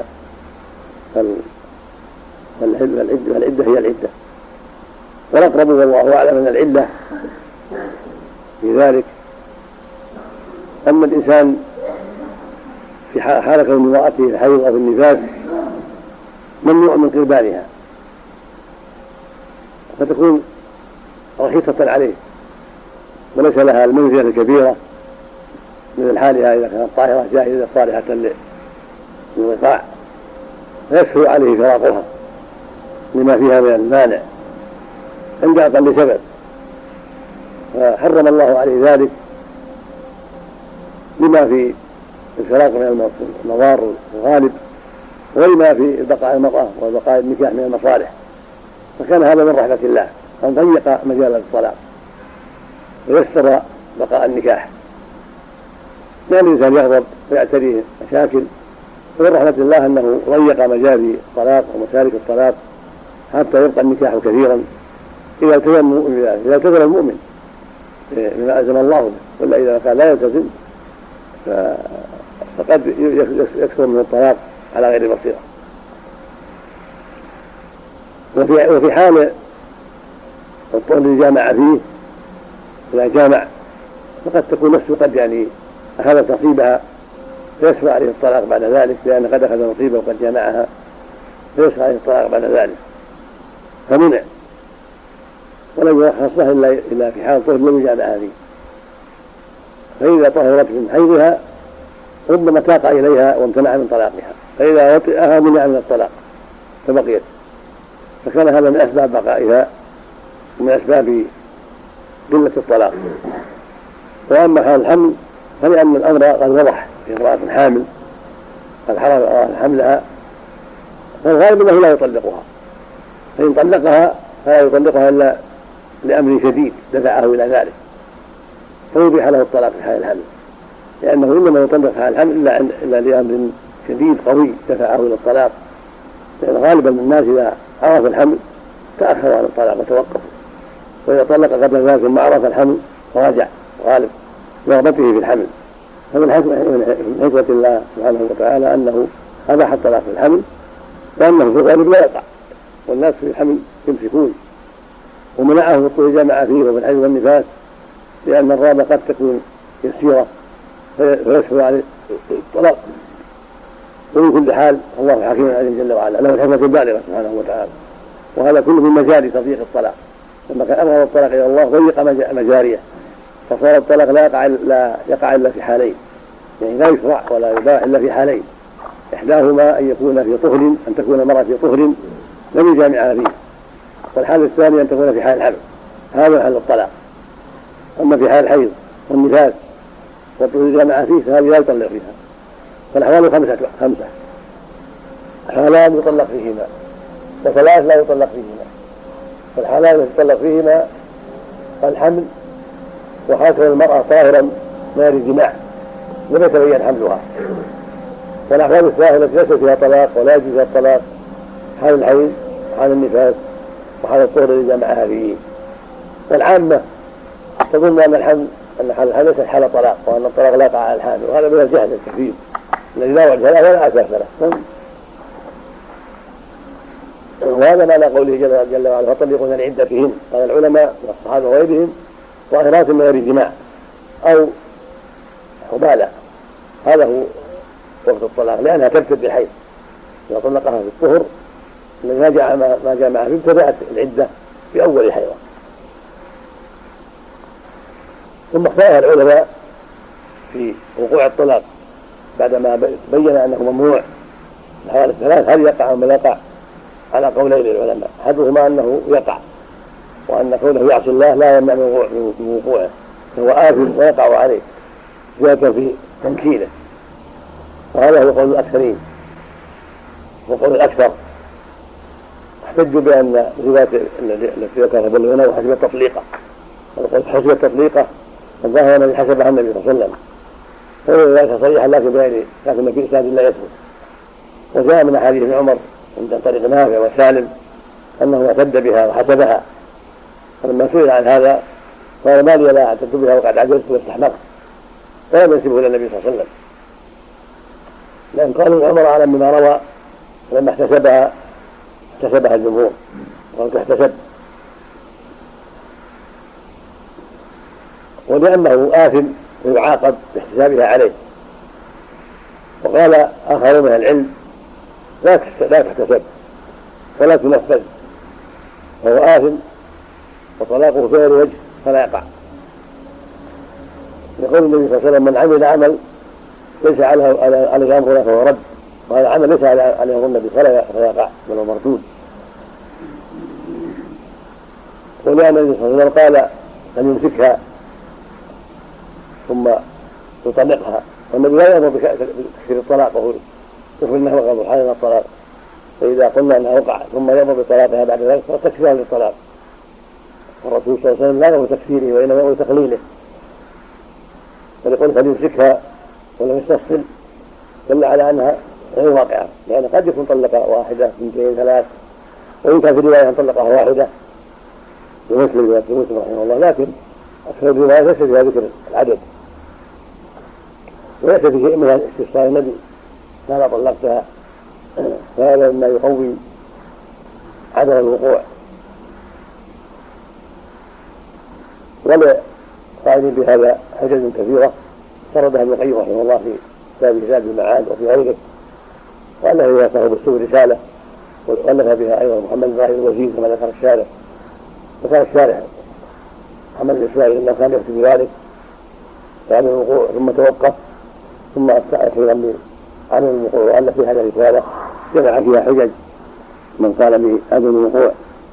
فالعدة هي العدة، والأقرب والله أعلم أن العلة في ذلك أما الإنسان في حال كون امرأته الحيض أو في النفاس ممنوع من قربانها، فتكون رخيصة عليه وليس لها المنزلة الكبيرة من حالها إذا كانت طاهرة جاهزة صالحة للوقاع، فيسهل عليه فراقها لما فيها من المانع عند أقل سبب، فحرم الله عليه ذلك لما في الفراق من المضار الغالب ولما في بقاء المرأة وبقاء النكاح من المصالح، فكان هذا من رحمة الله أن ضيق مجال الطلاق ويسر بقاء النكاح، لأن الإنسان يغضب ويعتريه مشاكل، ومن رحمة الله أنه ضيق مجال الطلاق ومسالك الطلاق حتى يبقى النكاح كثيرا إذا التزم المؤمن بما ألزم الله به، ولا إذا كان لا يلتزم فقد يكثر من الطلاق على غير بصيرة. وفي حال الطول الذي جامع فيه إذا جامع فقد تكون نفسه قد يعني أخذت نصيبها فيشفع عليه الطلاق بعد ذلك، لأن قد أخذ نصيبه وقد جامعها فيشفع عليه الطلاق بعد ذلك فمنع، ولم يرخص له إلا في حال طهر لم يجامعها فيه. فإذا طهرت من حيضها ربما تاق إليها وامتنع من طلاقها، فإذا وطئها منع من الطلاق فبقيت، فكان هذا من أسباب بقائها ومن أسباب قلة الطلاق. وأما حال الحمل فلأن الأمر قد وضح في امرأة حامل قد حرم حملها، فالغالب أنه لا يطلقها، فإن طلقها فلا يطلقها إلا لأمر شديد دفعه إلى ذلك، فيبيح له الطلاق في حال الحمل، لأنه إنما يطلق في حال الحمل إلا لأمر شديد قوي دفعه إلى الطلاق، لأن غالبا الناس إذا عرف الحمل تأخروا عن الطلاق وتوقفوا، وإذا طلق قبل ذلك ثم عرف الحمل فرجع غالب رغبته في الحمل. فمن حكمة الله سبحانه وتعالى أنه أباح الطلاق في الحمل، لأنه في الغالب لا يقع والناس في الحمل يمسكون، ومنعه الطول جامع فيه وفي الحيض والنفاس لأن الرابة قد تكون يسيرة فيشفع عليه الطلاق. ومن كل حال الله حكيم عليم جل وعلا له الحكمة البالغة سبحانه وتعالى، وهذا كله من مجاري تضييق الطلاق. لما كان أمر الطلاق إلى الله ضيق مجاريه، فصار الطلاق لا يقع إلا في حالين، يعني لا يشرع ولا يباح إلا في حالين، إحداهما أن يكون في طهر، أن تكون المرأة في طهر لم يجامعها فيه، والحال الثاني أن تكون في حال الحمل، هذا حال الطلاق. أما في حال الحيض والنفاس والطهر جامعها فيه فهذه لا يطلق فيها. فالأحوال خمسة، حالان يطلق فيهما وثلاث لا يطلق فيهما. فالحالان التي يطلق فيهما الحمل وحاكم المرأة طاهرا ما يريد جماع لم يتبين حملها. والأحوال الثلاثة التي ليس فيها طلاق ولا يجوز فيها الطلاق حال الحيض وحال النفاس وحال الطهر الذي جمعها فيه. والعامة تظن أن حال الحمل ليس حال طلاق، وأن الطلاق لا يقع على الحامل، وهذا من الجهل الكثير الذي لا وجه له ولا أساس له. وهذا معنى قوله جل وعلا فطلقوهن لعدتهن. قال العلماء والصحابة وغيرهم ظاهرات من غير جماع أو حبالة، هذا هو وقت الطلاق، لأنها تبتد بالحيض. إذا طلقها في الطهر الذي ما جاء معها ابتدأت العدة في أول حيضة. ثم اختارها العلماء في وقوع الطلاق بعدما بين أنه ممنوع الحوالي الثلاث، هل يقع أو ما يقع؟ على قولين للعلماء، أحدهما أنه يقع، وأن كونه يعصي الله لا يمنع من وقوعه، فهو آثم ويقع عليه زيادة في تنكيله، وهذا هو قول الأكثرين. وقول الأكثر احتجوا بأن الروايات التي ذكرها بلغنا وحسب التطليقة، حسب التطليقة الظاهر الذي حسبها النبي صلى الله عليه وسلم، فهو رواية صريحة لكن في إسناد لا يثبت. وجاء من حديث ابن عمر عند طريق نافع وسالم أنه اعتد بها وحسبها، فلما سئل عن هذا قال ما لي لا اعتدت بها وقد عجزت واستحمقت، ولم ينسبه إلى النبي صلى الله عليه وسلم، لأن قالوا ابن عمر أعلم بما روى، ولما احتسبها الجمهور وقال احتسب، ولأنه آثم ويعاقب باحتسابها عليه. وقال آخرون من العلم لا تحتسب ولا تنفذ، فهو آثم وطلاقه في غير وجه فلا يقع. يقول النبي صلى الله عليه وسلم من عمل عمل ليس عليه أمرنا فهو رد، وهذا عمل ليس عليه أمر النبي فلا يقع بل هو مردود. ولأن النبي صلى الله عليه وسلم قال أن يمسكها ثم يطلقها، والنبي لا يأمر بتكفير الطلاق وهو كفر النهر وغض الحال من الطلاق، فإذا قلنا أنها وقع ثم يأمر بطلاقها بعد ذلك فتكفيرها للطلاق. والرسول صلى الله عليه وسلم لا يأمر بتكفيره وإنما يأمر بتقليله، فليقول فليمسكها ولم يستفصل دل على أنها غير واقعة، لأن قد يكون طلق واحدة اثنتين ثلاث، وإن كان في رواية طلقها واحدة ومسلم رحمه الله، لكن أكثر الروايات ليس فيها ذكر العدد، وليس في شيء من استفسار النبي كان طلقتها، فهذا مما يقوي عدم الوقوع. ولقائل بهذا حجج كثيرة سردها ابن القيم رحمه الله في كتاب زاد المعاد وفي غيره، وألف بها صاحب السبل رسالة، وألف بها أيضا محمد بن الوزير كما ذكر الشارح. وكان الشارح محمد بن إسماعيل إنه كان يكتب ذلك عدم الوقوع ثم توقف، ثم أفتى أخيرا بعدم الوقوع، وألف في هذا الرسالة جمع فيها حجج من قال بعدم الوقوع.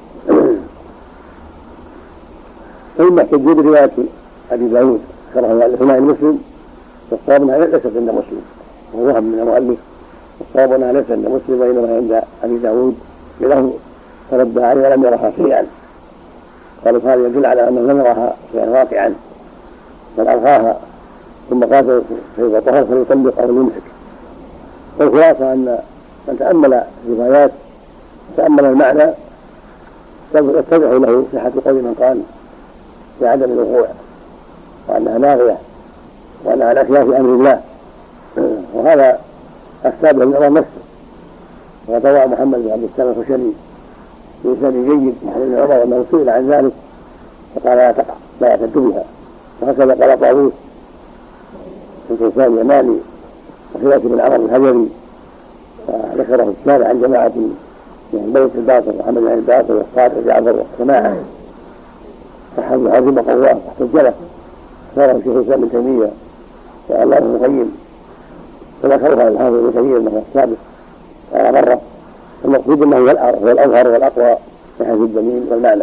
ثم احتجوا برواية أبي داود ذكرها المؤلف مع مسلم، والصواب أنها ليست عند مسلم، وهو وهم من المؤلف، والصواب أنها ليست عند مسلم وإنما عند أبي داود بله ترد عليه ولم يرها شيئا. قالوا هذا يدل على أنه لم يرها شيئا واقعا بل ألغاها، ثم قال فإذا طهر فليطلق أو يمسك. والخلاصة أن من تأمل الروايات تأمل المعنى يتضح له صحة قول من قال بعدم الوقوع وأنها لاغية وأنها على خلاف أمر الله، وهذا أفتى به النظر نفسه. وقد روى محمد بن عبد السلام الخشني بإسناد جيد عن ابن عمر أنه سئل عن ذلك فقال لا تقع لا يعتد بها، وهكذا قال طاووس في كيسان يماني وخلاف بن عمر الهجري، وذكره الشارع عن جماعة من بيت الباطل محمد بن الباطل والصادق جعفر والجماعة فحد عظيم قواه واحتج له، صار شيخ الإسلام ابن تيمية الله ابن القيم فذكرها الحافظ ابن تيمية أنه السابق قال مرة، المقصود أنه هو الأظهر والأقوى من حيث الدليل والمعنى.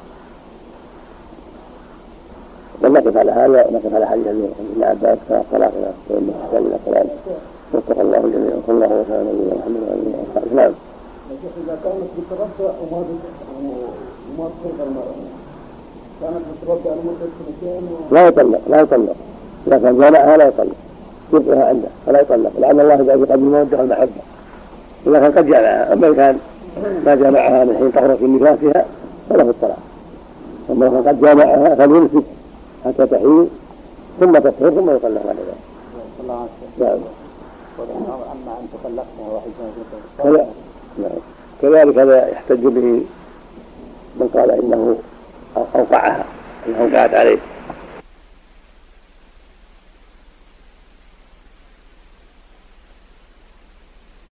ونقف على هذا ونقف على حديث ابن عباس كالصلاة وإن الحسن من الصلاة واتقى الله جميعا صلى الله وسلم على نبينا محمد وعلى آله وصحبه أجمعين. إذا كانت متربصة وما تطلق المرأة كانت متربصة لمدة سنتين لا يطلق إذا كان جامعها لا يطلق، يبقيها عنده فلا يطلق، لأن الله جاء في قلب المودة والمحبة إذا كان قد جامعها. أما إذا كان ما جامعها من حين طهرت من نفاسها فله الطلاق، أما إذا قد جامعها فليمسك حتى تحيض ثم تطهر ثم يطلق بعد ذلك. نعم. أما أن تطلقها واحد كذلك هذا يحتج به من قال إنه أوقعها، إنه وقعت عليه